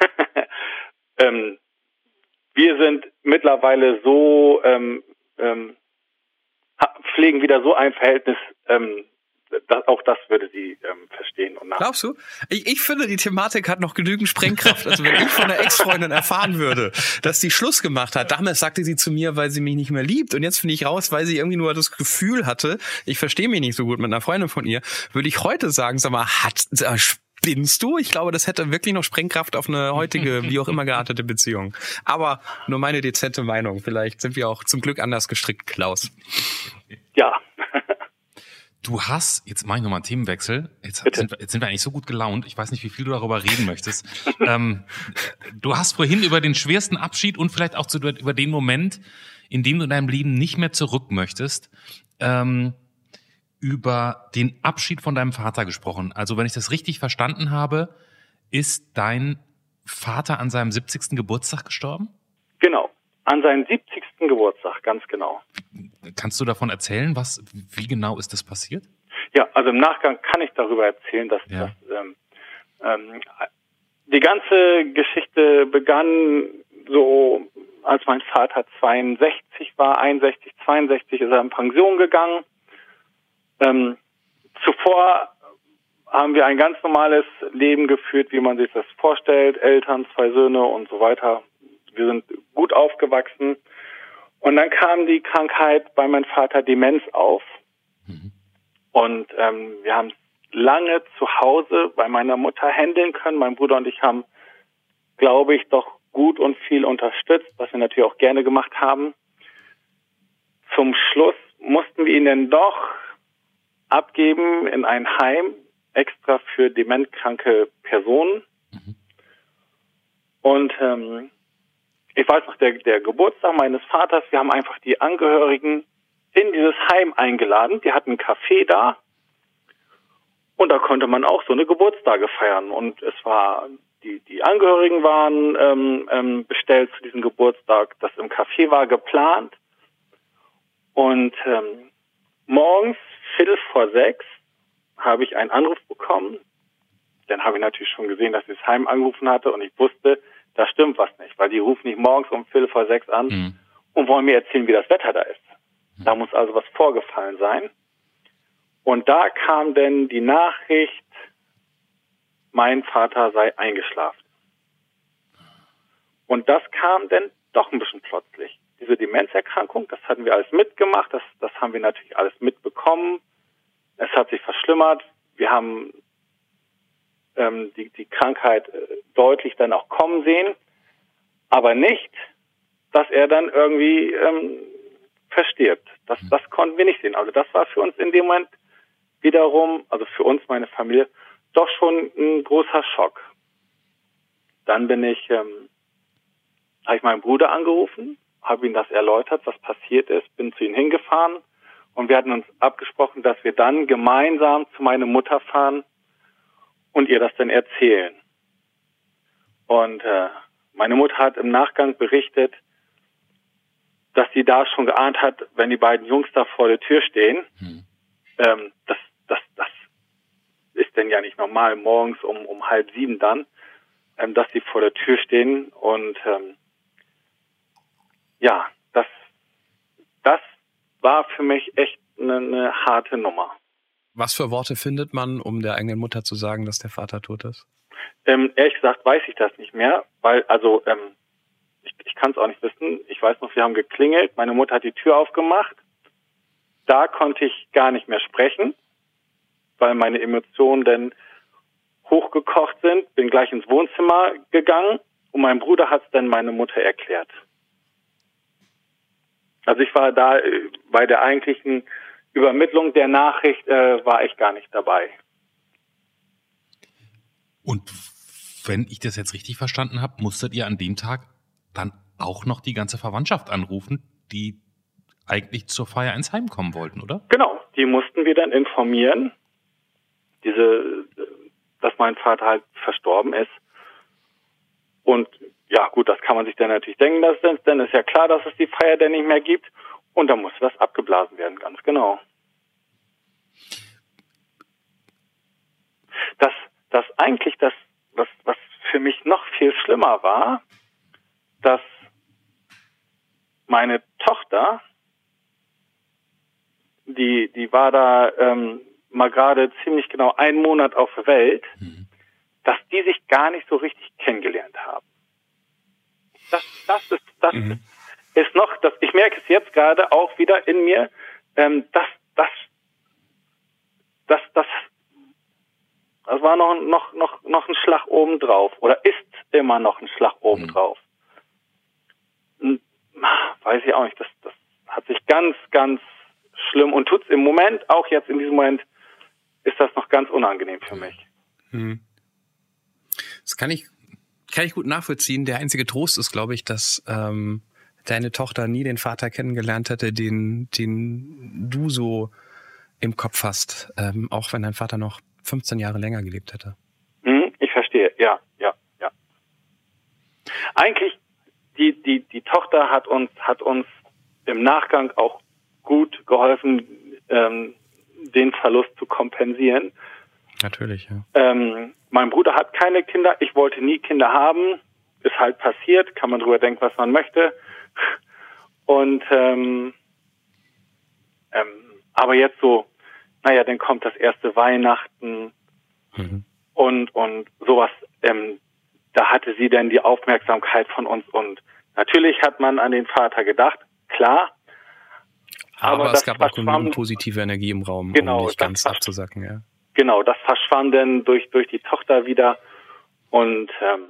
ähm, wir sind mittlerweile so, ähm, ähm, pflegen wieder so ein Verhältnis, ähm, das, auch das würde sie ähm, verstehen. Und glaubst du? Ich, ich finde, die Thematik hat noch genügend Sprengkraft. Also wenn ich von einer Ex-Freundin erfahren würde, dass sie Schluss gemacht hat, damals sagte sie zu mir, weil sie mich nicht mehr liebt und jetzt finde ich raus, weil sie irgendwie nur das Gefühl hatte, ich verstehe mich nicht so gut mit einer Freundin von ihr, würde ich heute sagen, sag mal, hat, äh, spinnst du? Ich glaube, das hätte wirklich noch Sprengkraft auf eine heutige, wie auch immer geartete Beziehung. Aber nur meine dezente Meinung. Vielleicht sind wir auch zum Glück anders gestrickt, Klaus. Ja. Du hast, jetzt mache ich nochmal einen Themenwechsel, jetzt sind, wir, jetzt sind wir eigentlich so gut gelaunt, ich weiß nicht, wie viel du darüber reden möchtest. ähm, du hast vorhin über den schwersten Abschied und vielleicht auch zu, über den Moment, in dem du in deinem Leben nicht mehr zurück möchtest, ähm, über den Abschied von deinem Vater gesprochen. Also wenn ich das richtig verstanden habe, ist dein Vater an seinem siebzigsten Geburtstag gestorben? Genau, an seinem siebzigsten Geburtstag, ganz genau. Kannst du davon erzählen, was, wie genau ist das passiert? Ja, also im Nachgang kann ich darüber erzählen, dass, ja. dass ähm, ähm, die ganze Geschichte begann so, als mein Vater zweiundsechzig war, einundsechzig, zweiundsechzig ist er in Pension gegangen. Ähm, zuvor haben wir ein ganz normales Leben geführt, wie man sich das vorstellt, Eltern, zwei Söhne und so weiter. Wir sind gut aufgewachsen. Und dann kam die Krankheit bei meinem Vater Demenz auf. Mhm. Und ähm, wir haben lange zu Hause bei meiner Mutter handeln können. Mein Bruder und ich haben, glaube ich, doch gut und viel unterstützt, was wir natürlich auch gerne gemacht haben. Zum Schluss mussten wir ihn dann doch abgeben in ein Heim, extra für dementkranke Personen. Mhm. Und ähm, ich weiß noch, der, der Geburtstag meines Vaters, wir haben einfach die Angehörigen in dieses Heim eingeladen. Die hatten ein Café da und da konnte man auch so eine Geburtstage feiern. Und es war, die, die Angehörigen waren ähm, ähm, bestellt zu diesem Geburtstag. Das im Café war geplant. Und ähm, morgens, viertel vor sechs, habe ich einen Anruf bekommen. Dann habe ich natürlich schon gesehen, dass das Heim angerufen hatte und ich wusste, da stimmt was nicht, weil die rufen nicht morgens um viertel vor sechs an mhm. und wollen mir erzählen, wie das Wetter da ist. Mhm. Da muss also was vorgefallen sein. Und da kam dann die Nachricht, mein Vater sei eingeschlafen. Und das kam dann doch ein bisschen plötzlich. Diese Demenzerkrankung, das hatten wir alles mitgemacht, das, das haben wir natürlich alles mitbekommen. Es hat sich verschlimmert. Wir haben ähm, die, die Krankheit äh, deutlich dann auch kommen sehen, aber nicht, dass er dann irgendwie ähm, verstirbt. Das, das konnten wir nicht sehen. Also das war für uns in dem Moment wiederum, also für uns, meine Familie, doch schon ein großer Schock. Dann bin ich, ähm, habe ich meinen Bruder angerufen, habe ihm das erläutert, was passiert ist, bin zu ihm hingefahren und wir hatten uns abgesprochen, dass wir dann gemeinsam zu meiner Mutter fahren und ihr das dann erzählen. Und äh, meine Mutter hat im Nachgang berichtet, dass sie da schon geahnt hat, wenn die beiden Jungs da vor der Tür stehen, hm. ähm, das, das, das ist denn ja nicht normal, morgens um, um halb sieben dann, ähm, dass sie vor der Tür stehen und ähm, ja, das, das war für mich echt eine, eine harte Nummer. Was für Worte findet man, um der eigenen Mutter zu sagen, dass der Vater tot ist? Ähm, ehrlich gesagt weiß ich das nicht mehr, weil also ähm, ich, ich kann es auch nicht wissen. Ich weiß noch, wir haben geklingelt, meine Mutter hat die Tür aufgemacht. Da konnte ich gar nicht mehr sprechen, weil meine Emotionen dann hochgekocht sind. Bin gleich ins Wohnzimmer gegangen und mein Bruder hat es dann meine Mutter erklärt. Also ich war da äh, bei der eigentlichen Übermittlung der Nachricht, äh, war ich gar nicht dabei. Und wenn ich das jetzt richtig verstanden habe, musstet ihr an dem Tag dann auch noch die ganze Verwandtschaft anrufen, die eigentlich zur Feier ins Heim kommen wollten, oder? Genau, die mussten wir dann informieren, diese, dass mein Vater halt verstorben ist. Und ja gut, das kann man sich dann natürlich denken, dass denn, dann ist ja klar, dass es die Feier dann nicht mehr gibt. Und dann musste das abgeblasen werden, ganz genau. Das, das eigentlich das, was, was für mich noch viel schlimmer war, dass meine Tochter, die, die war da ähm, mal gerade ziemlich genau einen Monat auf der Welt, mhm. dass die sich gar nicht so richtig kennengelernt haben. Das, das ist, das mhm. ist noch, das, ich merke es jetzt gerade auch wieder in mir, ähm, das, das, das, das, das war noch, noch, noch, noch ein Schlag obendrauf oder ist immer noch ein Schlag obendrauf. Mhm. Weiß ich auch nicht, das, das hat sich ganz, ganz schlimm und tut's im Moment, auch jetzt in diesem Moment, ist das noch ganz unangenehm für mich. Mhm. Das kann ich, kann ich gut nachvollziehen. Der einzige Trost ist, glaube ich, dass ähm, deine Tochter nie den Vater kennengelernt hätte, den, den du so im Kopf hast, ähm, auch wenn dein Vater noch fünfzehn Jahre länger gelebt hätte. Mhm, ich verstehe, ja, ja, ja. Eigentlich, die, die, die Tochter hat uns, hat uns im Nachgang auch gut geholfen, ähm, den Verlust zu kompensieren. Natürlich, ja. Ähm, mein Bruder hat keine Kinder, ich wollte nie Kinder haben, ist halt passiert, kann man drüber denken, was man möchte. Und ähm, ähm, aber jetzt so, naja, dann kommt das erste Weihnachten mhm. und und sowas, ähm, da hatte sie dann die Aufmerksamkeit von uns und natürlich hat man an den Vater gedacht, klar. Aber, aber es gab auch genügend positive Energie im Raum, genau, um nicht ganz abzusacken, ja. Genau, das verschwand dann durch durch die Tochter wieder und ähm,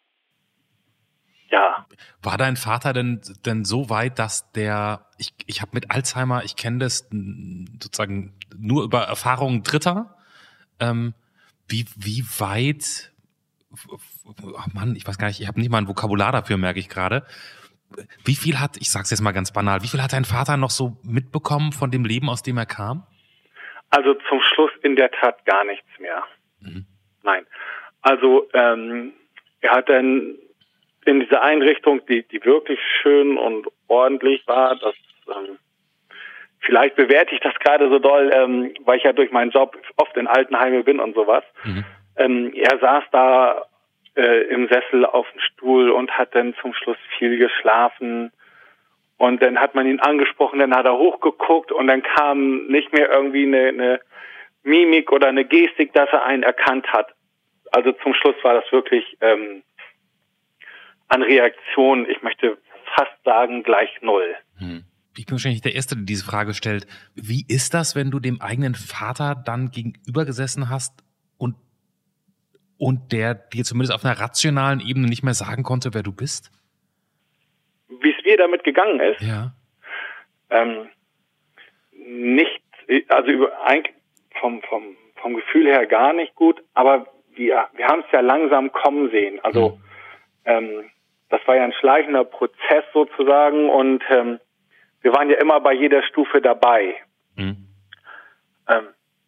ja. War dein Vater denn denn so weit, dass der, ich ich habe mit Alzheimer, ich kenne das sozusagen nur über Erfahrungen Dritter, ähm, wie wie weit, oh Mann, ich weiß gar nicht, ich habe nicht mal ein Vokabular dafür, merke ich gerade. Wie viel hat, ich sag's jetzt mal ganz banal, wie viel hat dein Vater noch so mitbekommen von dem Leben, aus dem er kam? Also zum Schluss in der Tat gar nichts mehr. Mhm. Nein. Also ähm, er hat dann in dieser Einrichtung, die, die wirklich schön und ordentlich war, das ähm, vielleicht bewerte ich das gerade so doll, ähm, weil ich ja durch meinen Job oft in Altenheime bin und sowas. Mhm. Ähm, er saß da äh, im Sessel auf dem Stuhl und hat dann zum Schluss viel geschlafen. Und dann hat man ihn angesprochen, dann hat er hochgeguckt und dann kam nicht mehr irgendwie eine, eine Mimik oder eine Gestik, dass er einen erkannt hat. Also zum Schluss war das wirklich ähm, an Reaktion, ich möchte fast sagen, gleich null. Hm. Ich bin wahrscheinlich der Erste, der diese Frage stellt. Wie ist das, wenn du dem eigenen Vater dann gegenüber gesessen hast und, und der dir zumindest auf einer rationalen Ebene nicht mehr sagen konnte, wer du bist? Wie es mir damit gegangen ist? Ja. Ähm, nicht, also über, eigentlich vom, vom, vom Gefühl her gar nicht gut, aber wir, wir haben es ja langsam kommen sehen. Also, hm. ähm, das war ja ein schleichender Prozess sozusagen und ähm, wir waren ja immer bei jeder Stufe dabei. Mhm. Ähm,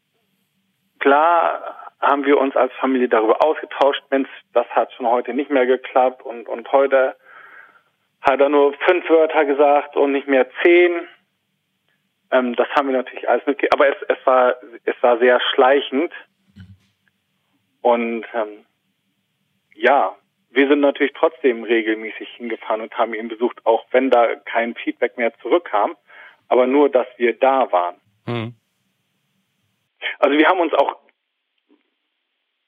klar haben wir uns als Familie darüber ausgetauscht, Mensch, das hat schon heute nicht mehr geklappt und, und heute hat er nur fünf Wörter gesagt und nicht mehr zehn. Ähm, das haben wir natürlich alles mitgekriegt, aber es, es war es war sehr schleichend und ähm, ja, wir sind natürlich trotzdem regelmäßig hingefahren und haben ihn besucht, auch wenn da kein Feedback mehr zurückkam, aber nur, dass wir da waren. Mhm. Also wir haben uns auch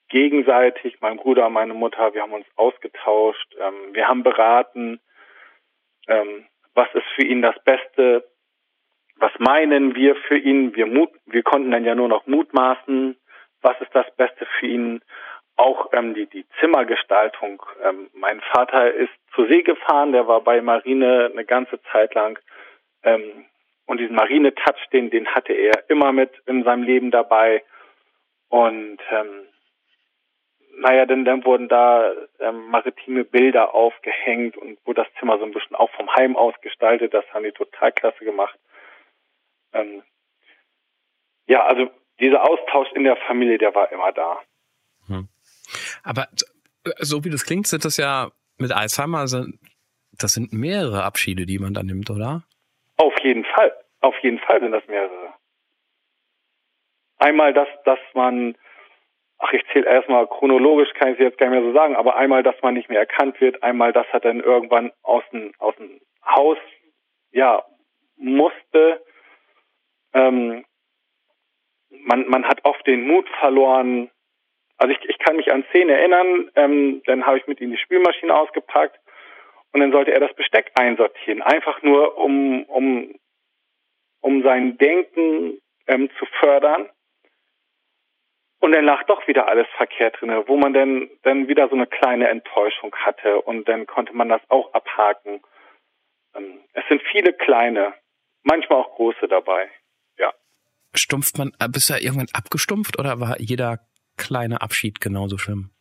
gegenseitig, mein Bruder und meine Mutter, wir haben uns ausgetauscht, ähm, wir haben beraten, ähm, was ist für ihn das Beste, was meinen wir für ihn, wir, mut, wir konnten dann ja nur noch mutmaßen, was ist das Beste für ihn, auch ähm, die, die Zimmergestaltung. Ähm, mein Vater ist zur See gefahren, der war bei Marine eine ganze Zeit lang, ähm, und diesen Marine-Touch, den, den hatte er immer mit in seinem Leben dabei. Und ähm, naja, dann, dann wurden da ähm, maritime Bilder aufgehängt und wurde das Zimmer so ein bisschen auch vom Heim aus gestaltet. Das haben die total klasse gemacht. Ähm, ja, also dieser Austausch in der Familie, der war immer da. Hm. Aber so wie das klingt, sind das ja mit Alzheimer, also das sind mehrere Abschiede, die man da nimmt, oder? Auf jeden Fall. Auf jeden Fall sind das mehrere. Einmal, dass, dass man, ach, ich zähle erstmal chronologisch, kann ich jetzt gar nicht mehr so sagen, aber einmal, dass man nicht mehr erkannt wird, einmal, dass er dann irgendwann aus dem, aus dem Haus, ja, musste. Ähm, man, man hat oft den Mut verloren. Also ich, ich kann mich an Szenen erinnern, ähm, dann habe ich mit ihm die Spülmaschine ausgepackt und dann sollte er das Besteck einsortieren, einfach nur um, um, um sein Denken ähm, zu fördern. Und dann lag doch wieder alles verkehrt drin, wo man dann, dann wieder so eine kleine Enttäuschung hatte und dann konnte man das auch abhaken. Ähm, es sind viele kleine, manchmal auch große dabei, ja. Stumpft man, bist du ja irgendwann abgestumpft oder war jeder kleine Abschied genauso schlimm?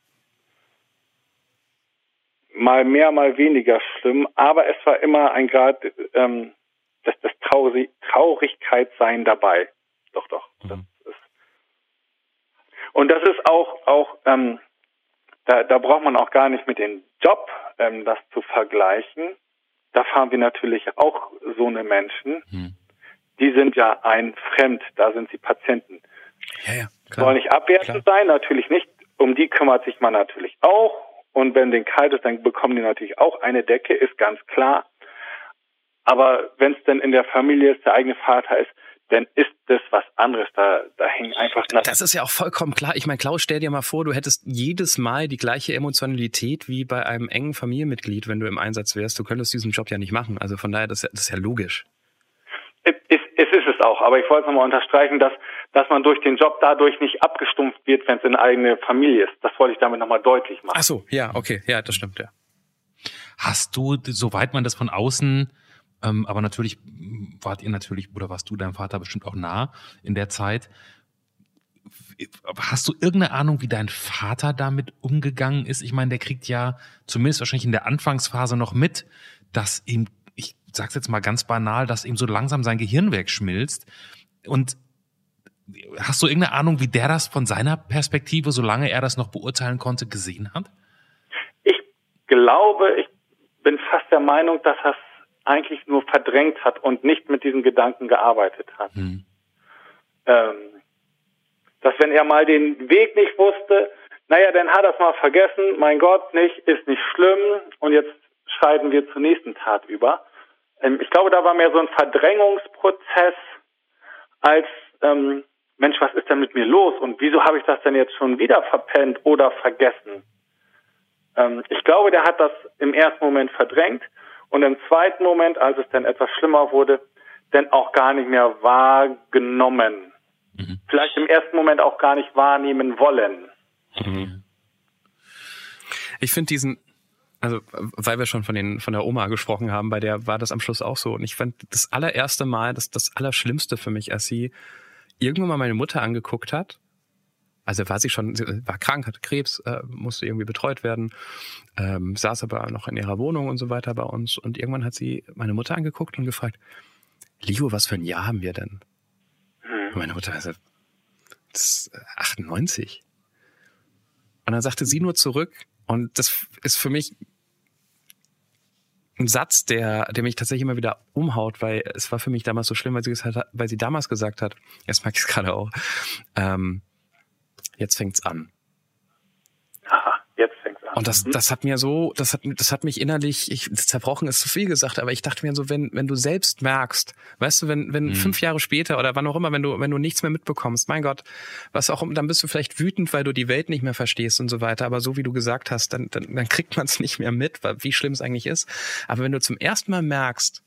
Mal mehr, mal weniger schlimm, aber es war immer ein Grad ähm, des, des Traurig- Traurigkeitssein dabei. Doch, doch. Mhm. Das ist. Und das ist auch, auch ähm, da, da braucht man auch gar nicht mit dem Job ähm, das zu vergleichen. Da fahren wir natürlich auch so eine Menschen. Mhm. Die sind ja ein Fremd, da sind sie Patienten. Ja, ja, klar. Soll nicht abwertend sein, natürlich nicht. Um die kümmert sich man natürlich auch. Und wenn den kalt ist, dann bekommen die natürlich auch eine Decke, ist ganz klar. Aber wenn es denn in der Familie ist, der eigene Vater ist, dann ist das was anderes. Da, da hängen einfach... Das ist ja auch vollkommen klar. Ich meine, Klaus, stell dir mal vor, du hättest jedes Mal die gleiche Emotionalität wie bei einem engen Familienmitglied, wenn du im Einsatz wärst. Du könntest diesen Job ja nicht machen. Also von daher, das, das ist ja logisch. Es, es, es ist es auch. Aber ich wollte nochmal unterstreichen, dass, dass man durch den Job dadurch nicht abgestumpft wird, wenn es in eine eigene Familie ist. Das wollte ich damit nochmal deutlich machen. Ach so, ja, okay. Ja, das stimmt, ja. Hast du, soweit man das von außen... Ähm, aber natürlich wart ihr natürlich, oder warst du deinem Vater bestimmt auch nah in der Zeit. Hast du irgendeine Ahnung, wie dein Vater damit umgegangen ist? Ich meine, der kriegt ja zumindest wahrscheinlich in der Anfangsphase noch mit, dass ihm, ich sag's jetzt mal ganz banal, dass ihm so langsam sein Gehirn wegschmilzt. Und hast du irgendeine Ahnung, wie der das von seiner Perspektive, solange er das noch beurteilen konnte, gesehen hat? Ich glaube, ich bin fast der Meinung, dass er eigentlich nur verdrängt hat und nicht mit diesen Gedanken gearbeitet hat. Hm. Ähm, dass wenn er mal den Weg nicht wusste, naja, dann hat er es mal vergessen, mein Gott, nicht, ist nicht schlimm und jetzt schreiten wir zur nächsten Tat über. Ähm, ich glaube, da war mehr so ein Verdrängungsprozess als, ähm, Mensch, was ist denn mit mir los und wieso habe ich das denn jetzt schon wieder verpennt oder vergessen? Ähm, ich glaube, der hat das im ersten Moment verdrängt. Und im zweiten Moment, als es dann etwas schlimmer wurde, dann auch gar nicht mehr wahrgenommen. Mhm. Vielleicht im ersten Moment auch gar nicht wahrnehmen wollen. Mhm. Ich finde diesen, also weil wir schon von den von der Oma gesprochen haben, bei der war das am Schluss auch so. Und ich fand das allererste Mal, das das Allerschlimmste für mich, als sie irgendwann mal meine Mutter angeguckt hat. Also war sie schon, sie war krank, hatte Krebs, äh, musste irgendwie betreut werden, ähm, saß aber noch in ihrer Wohnung und so weiter bei uns. Und irgendwann hat sie meine Mutter angeguckt und gefragt, Leo, was für ein Jahr haben wir denn? Und meine Mutter hat gesagt, das ist achtundneunzig. Und dann sagte sie nur zurück, und das ist für mich ein Satz, der, der mich tatsächlich immer wieder umhaut, weil es war für mich damals so schlimm, weil sie gesagt hat, weil sie damals gesagt hat, jetzt mag ich es gerade auch, ähm, jetzt fängt's an. Aha, jetzt fängt's Und das, das hat mir so, das hat, das hat mich innerlich, ich, zerbrochen ist zu viel gesagt, aber ich dachte mir so, wenn, wenn du selbst merkst, weißt du, wenn, wenn mhm. fünf Jahre später oder wann auch immer, wenn du, wenn du nichts mehr mitbekommst, mein Gott, was auch, dann bist du vielleicht wütend, weil du die Welt nicht mehr verstehst und so weiter, aber so wie du gesagt hast, dann, dann, dann kriegt man es nicht mehr mit, wie schlimm es eigentlich ist. Aber wenn du zum ersten Mal merkst,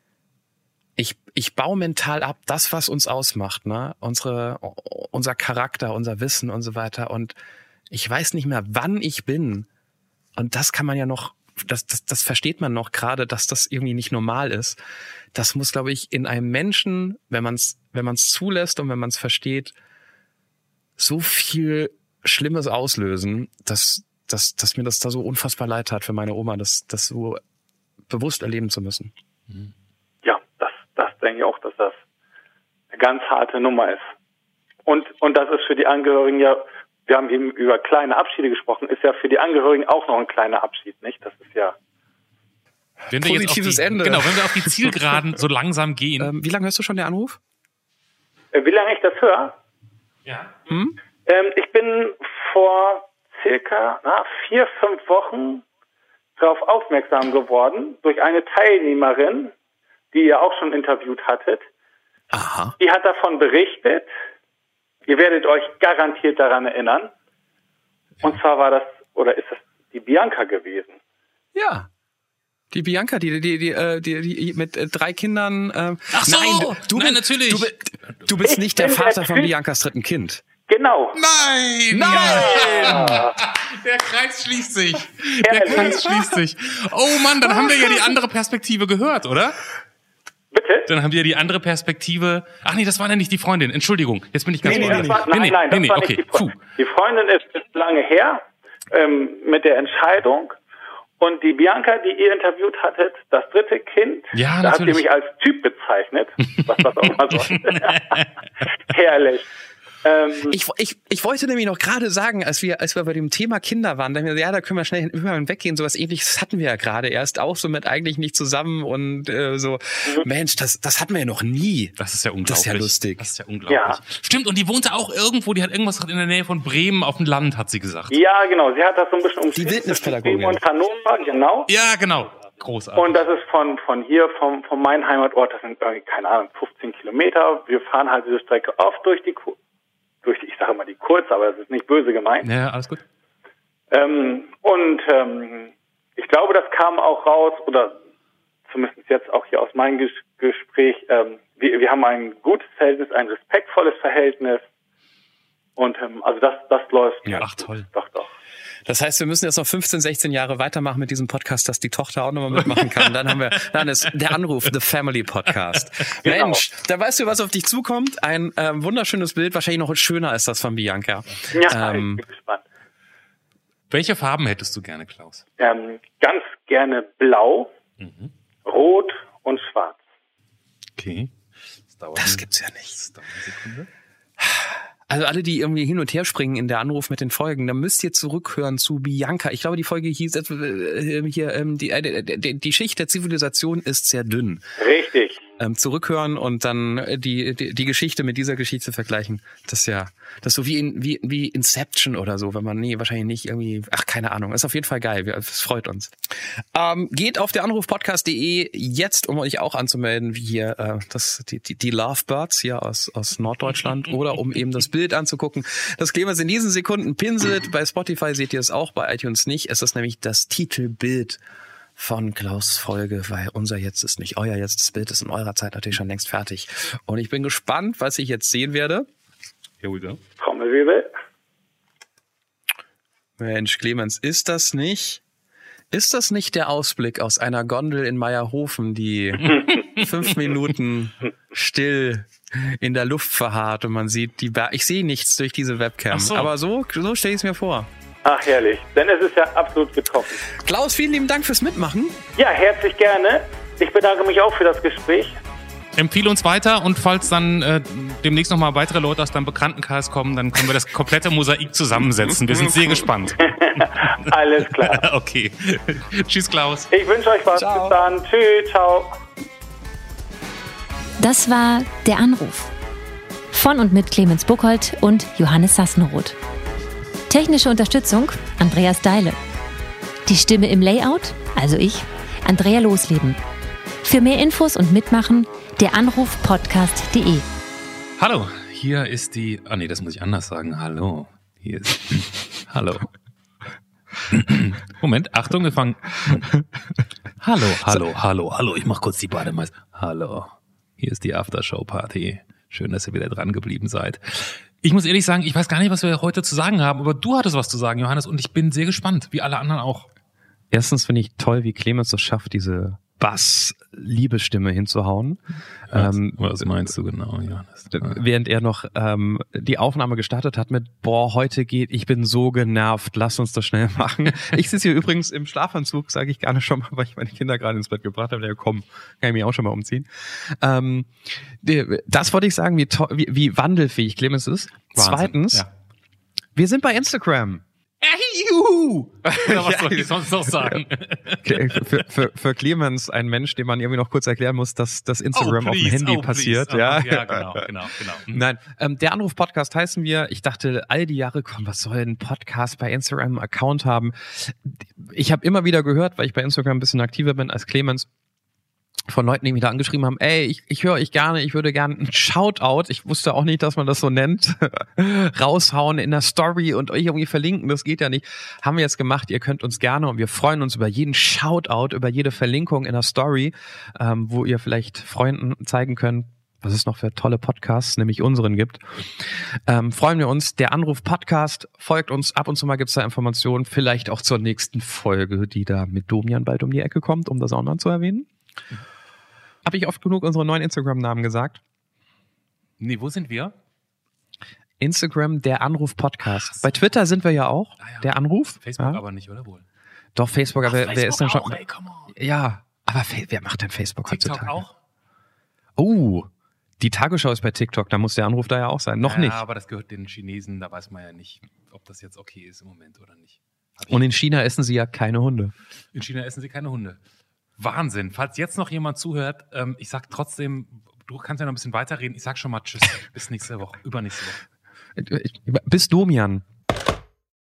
ich, ich baue mental ab, das, was uns ausmacht, ne, unsere, unser Charakter, unser Wissen und so weiter, und ich weiß nicht mehr, wann ich bin. Und das kann man ja noch, das, das, das versteht man noch gerade, dass das irgendwie nicht normal ist. Das muss, glaube ich, in einem Menschen, wenn man es wenn man es zulässt und wenn man es versteht, so viel Schlimmes auslösen, dass, dass, dass mir das da so unfassbar leid hat für meine Oma, das, das so bewusst erleben zu müssen. Ja, das, das denke ich auch, dass das eine ganz harte Nummer ist. Und, und das ist für die Angehörigen ja, wir haben eben über kleine Abschiede gesprochen, ist ja für die Angehörigen auch noch ein kleiner Abschied, nicht? Das ist ja wenn wir positives die, Ende. Genau, wenn wir auf die Zielgeraden so langsam gehen. Ähm, wie lange hörst du schon den Anruf? Wie lange ich das höre? Ja. Hm? Ähm, ich bin vor circa na, vier, fünf Wochen darauf aufmerksam geworden durch eine Teilnehmerin, die ihr auch schon interviewt hattet. Aha. Die hat davon berichtet. Ihr werdet euch garantiert daran erinnern. Und zwar war das, oder ist das die Bianca gewesen? Ja. Die Bianca, die, die, die, die, die, die mit äh, drei Kindern. Äh, Ach so, nein, du, nein, bist, natürlich. Du, du bist Ich nicht der bin Vater der von Typ- Biancas dritten Kind. Genau. Nein! Nein! Der Kreis schließt sich. Der Ehrlich? Kreis schließt sich. Oh Mann, dann haben wir ja die andere Perspektive gehört, oder? Bitte? Dann haben wir ja die andere Perspektive. Ach nee, das war ja nicht die Freundin. Entschuldigung, jetzt bin ich ganz Nee, nee, ehrlich. das war, nein, nein, das war nicht die Freundin. Die Freundin ist, ist lange her ähm, mit der Entscheidung. Und die Bianca, die ihr interviewt hattet, das dritte Kind, Ja, da habt ihr natürlich. mich als Typ bezeichnet, was das auch immer soll. Herrlich. Ähm, Ich, ich, ich wollte nämlich noch gerade sagen, als wir, als wir bei dem Thema Kinder waren, dann, ja, da können wir schnell weggehen, sowas ähnliches hatten wir ja gerade erst, auch so mit eigentlich nicht zusammen und äh, so, mhm. Mensch, das, das hatten wir ja noch nie. Das ist ja unglaublich. Das ist ja lustig. Das ist ja unglaublich. Ja. Stimmt, und die wohnte auch irgendwo, die hat irgendwas in der Nähe von Bremen auf dem Land, hat sie gesagt. ja, genau, sie hat das so ein bisschen umschrieben. Die Wildnispädagogin. Bremen und Hannover, genau. Ja, genau. Großartig. Und das ist von, von hier, vom, von meinem Heimatort, das sind irgendwie, keine Ahnung, fünfzehn Kilometer. Wir fahren halt diese Strecke oft durch die, Ku- durch die, ich sage immer die kurz, aber das ist nicht böse gemeint. ja, alles gut. Ähm, und ähm, ich glaube, das kam auch raus, oder zumindest jetzt auch hier aus meinem Ges- Gespräch, ähm, wir, wir haben ein gutes Verhältnis, ein respektvolles Verhältnis. Und ähm, also das, das läuft. Ja, ganz ach, toll. gut. Doch, doch. Das heißt, wir müssen jetzt noch fünfzehn, sechzehn Jahre weitermachen mit diesem Podcast, dass die Tochter auch nochmal mitmachen kann. Dann haben wir, dann ist der Anruf, The Family Podcast. Genau. Mensch, da weißt du, was auf dich zukommt. Ein ähm, wunderschönes Bild, wahrscheinlich noch schöner als das von Bianca. Ja, Ähm, ich bin gespannt. Welche Farben hättest du gerne, Klaus? Ähm, ganz gerne blau, Mhm. rot und schwarz. Okay. Das, dauert Das eine- gibt's ja nicht. Das dauert eine Sekunde. Also alle, die irgendwie hin und her springen in der Anruf mit den Folgen, da müsst ihr zurückhören zu Bianca. Ich glaube, die Folge hieß äh, hier, ähm, die, äh, die, die Schicht der Zivilisation ist sehr dünn. Richtig. Ähm, zurückhören und dann die, die die Geschichte mit dieser Geschichte vergleichen. Das ist ja, das ist so wie in, wie wie Inception oder so, wenn man nee wahrscheinlich nicht irgendwie, ach keine Ahnung, ist auf jeden Fall geil. Wir, es freut uns. Ähm, geht auf der Anrufpodcast punkt de jetzt, um euch auch anzumelden, wie hier äh, das die die, die Lovebirds hier aus aus Norddeutschland oder um eben das Bild anzugucken. Das Clemens in diesen Sekunden pinselt. Bei Spotify seht ihr es auch, bei iTunes nicht. Es ist nämlich das Titelbild von Klaus' Folge, weil unser Jetzt ist nicht euer Jetzt. Das Bild ist in eurer Zeit natürlich schon längst fertig. Und ich bin gespannt, was ich jetzt sehen werde. Here we go. Trommelwirbel. Mensch, Clemens, ist das nicht, ist das nicht der Ausblick aus einer Gondel in Meierhofen, die fünf Minuten still in der Luft verharrt und man sieht die Berge. Ich sehe nichts durch diese Webcam, Ach so. aber so, so stelle ich es mir vor. Ach, herrlich. Denn es ist ja absolut getroffen. Klaus, vielen lieben Dank fürs Mitmachen. Ja, herzlich gerne. Ich bedanke mich auch für das Gespräch. Empfehle uns weiter und falls dann äh, demnächst nochmal weitere Leute aus deinem Bekanntenkreis kommen, dann können wir das komplette Mosaik zusammensetzen. Wir sind sehr gespannt. Alles klar. Okay. Tschüss, Klaus. Ich wünsche euch was. Ciao. Bis dann. Tschüss. Ciao. Das war Der Anruf. Von und mit Clemens Buchholz und Johannes Sassenroth. Technische Unterstützung Andreas Deile. Die Stimme im Layout, also ich, Andrea Losleben. Für mehr Infos und Mitmachen, der Anruf podcast punkt de. Hallo, hier ist die... Ah nee, das muss ich anders sagen. Hallo, hier ist... Hallo. Moment, Achtung, wir fangen... Hallo, hallo, hallo, hallo, ich mach kurz die Bademeister. Hallo, hier ist die Aftershow-Party. Schön, dass ihr wieder dran geblieben seid. Ich muss ehrlich sagen, ich weiß gar nicht, was wir heute zu sagen haben, aber du hattest was zu sagen, Johannes, und ich bin sehr gespannt, wie alle anderen auch. Erstens finde ich toll, wie Clemens es schafft, diese Bass-Liebestimme hinzuhauen. Was, ähm, was meinst du genau, Johannes? Während er noch ähm, die Aufnahme gestartet hat mit, boah, heute geht, ich bin so genervt, lass uns das schnell machen. Ich sitze hier übrigens im Schlafanzug, sage ich gerne schon mal, weil ich meine Kinder gerade ins Bett gebracht habe. Ja, komm, kann ich mich auch schon mal umziehen. Ähm, das wollte ich sagen, wie, to- wie, wie wandelfähig Clemens ist. Wahnsinn. Zweitens, Ja. wir sind bei Instagram. Juhu! Ja, was soll ich sonst noch sagen? Für, für, für Clemens ein Mensch, dem man irgendwie noch kurz erklären muss, dass das Instagram Oh, auf dem please, Handy oh, passiert. please. Ja, ja, genau, genau, genau. Mhm. Nein, ähm, der Anruf-Podcast heißen wir. Ich dachte all die Jahre, komm, was soll ein Podcast bei Instagram einen Account haben? Ich habe immer wieder gehört, weil ich bei Instagram ein bisschen aktiver bin als Clemens, von Leuten, die mich da angeschrieben haben, ey, ich, ich höre euch gerne, ich würde gerne ein Shoutout, ich wusste auch nicht, dass man das so nennt, raushauen in der Story und euch irgendwie verlinken, das geht ja nicht. Haben wir jetzt gemacht, ihr könnt uns gerne und wir freuen uns über jeden Shoutout, über jede Verlinkung in der Story, ähm, wo ihr vielleicht Freunden zeigen könnt, was es noch für tolle Podcasts, nämlich unseren gibt. Ähm, freuen wir uns. Der Anruf-Podcast folgt uns. Ab und zu mal gibt's da Informationen, vielleicht auch zur nächsten Folge, die da mit Domian bald um die Ecke kommt, um das auch mal zu erwähnen. Habe ich oft genug unsere neuen Instagram-Namen gesagt? Nee, wo sind wir? Instagram, der Anruf-Podcast. Bei Twitter sind wir ja auch, Ah, ja. der Anruf. Facebook ja. aber nicht, oder wohl? Doch, Facebook, aber Ach, wer, Facebook wer ist denn schon... auch, ey, come on. Ja, aber Fe- wer macht denn Facebook TikTok heutzutage? auch? Oh, die Tagesschau ist bei TikTok, da muss der Anruf da ja auch sein. Noch ja, nicht. aber das gehört den Chinesen, da weiß man ja nicht, ob das jetzt okay ist im Moment oder nicht. Hab ich- Und in China essen sie ja keine Hunde. In China essen sie keine Hunde. Wahnsinn. Falls jetzt noch jemand zuhört, ähm, ich sag trotzdem, du kannst ja noch ein bisschen weiterreden. Ich sag schon mal Tschüss. Bis nächste Woche, übernächste Woche. Bis Domian.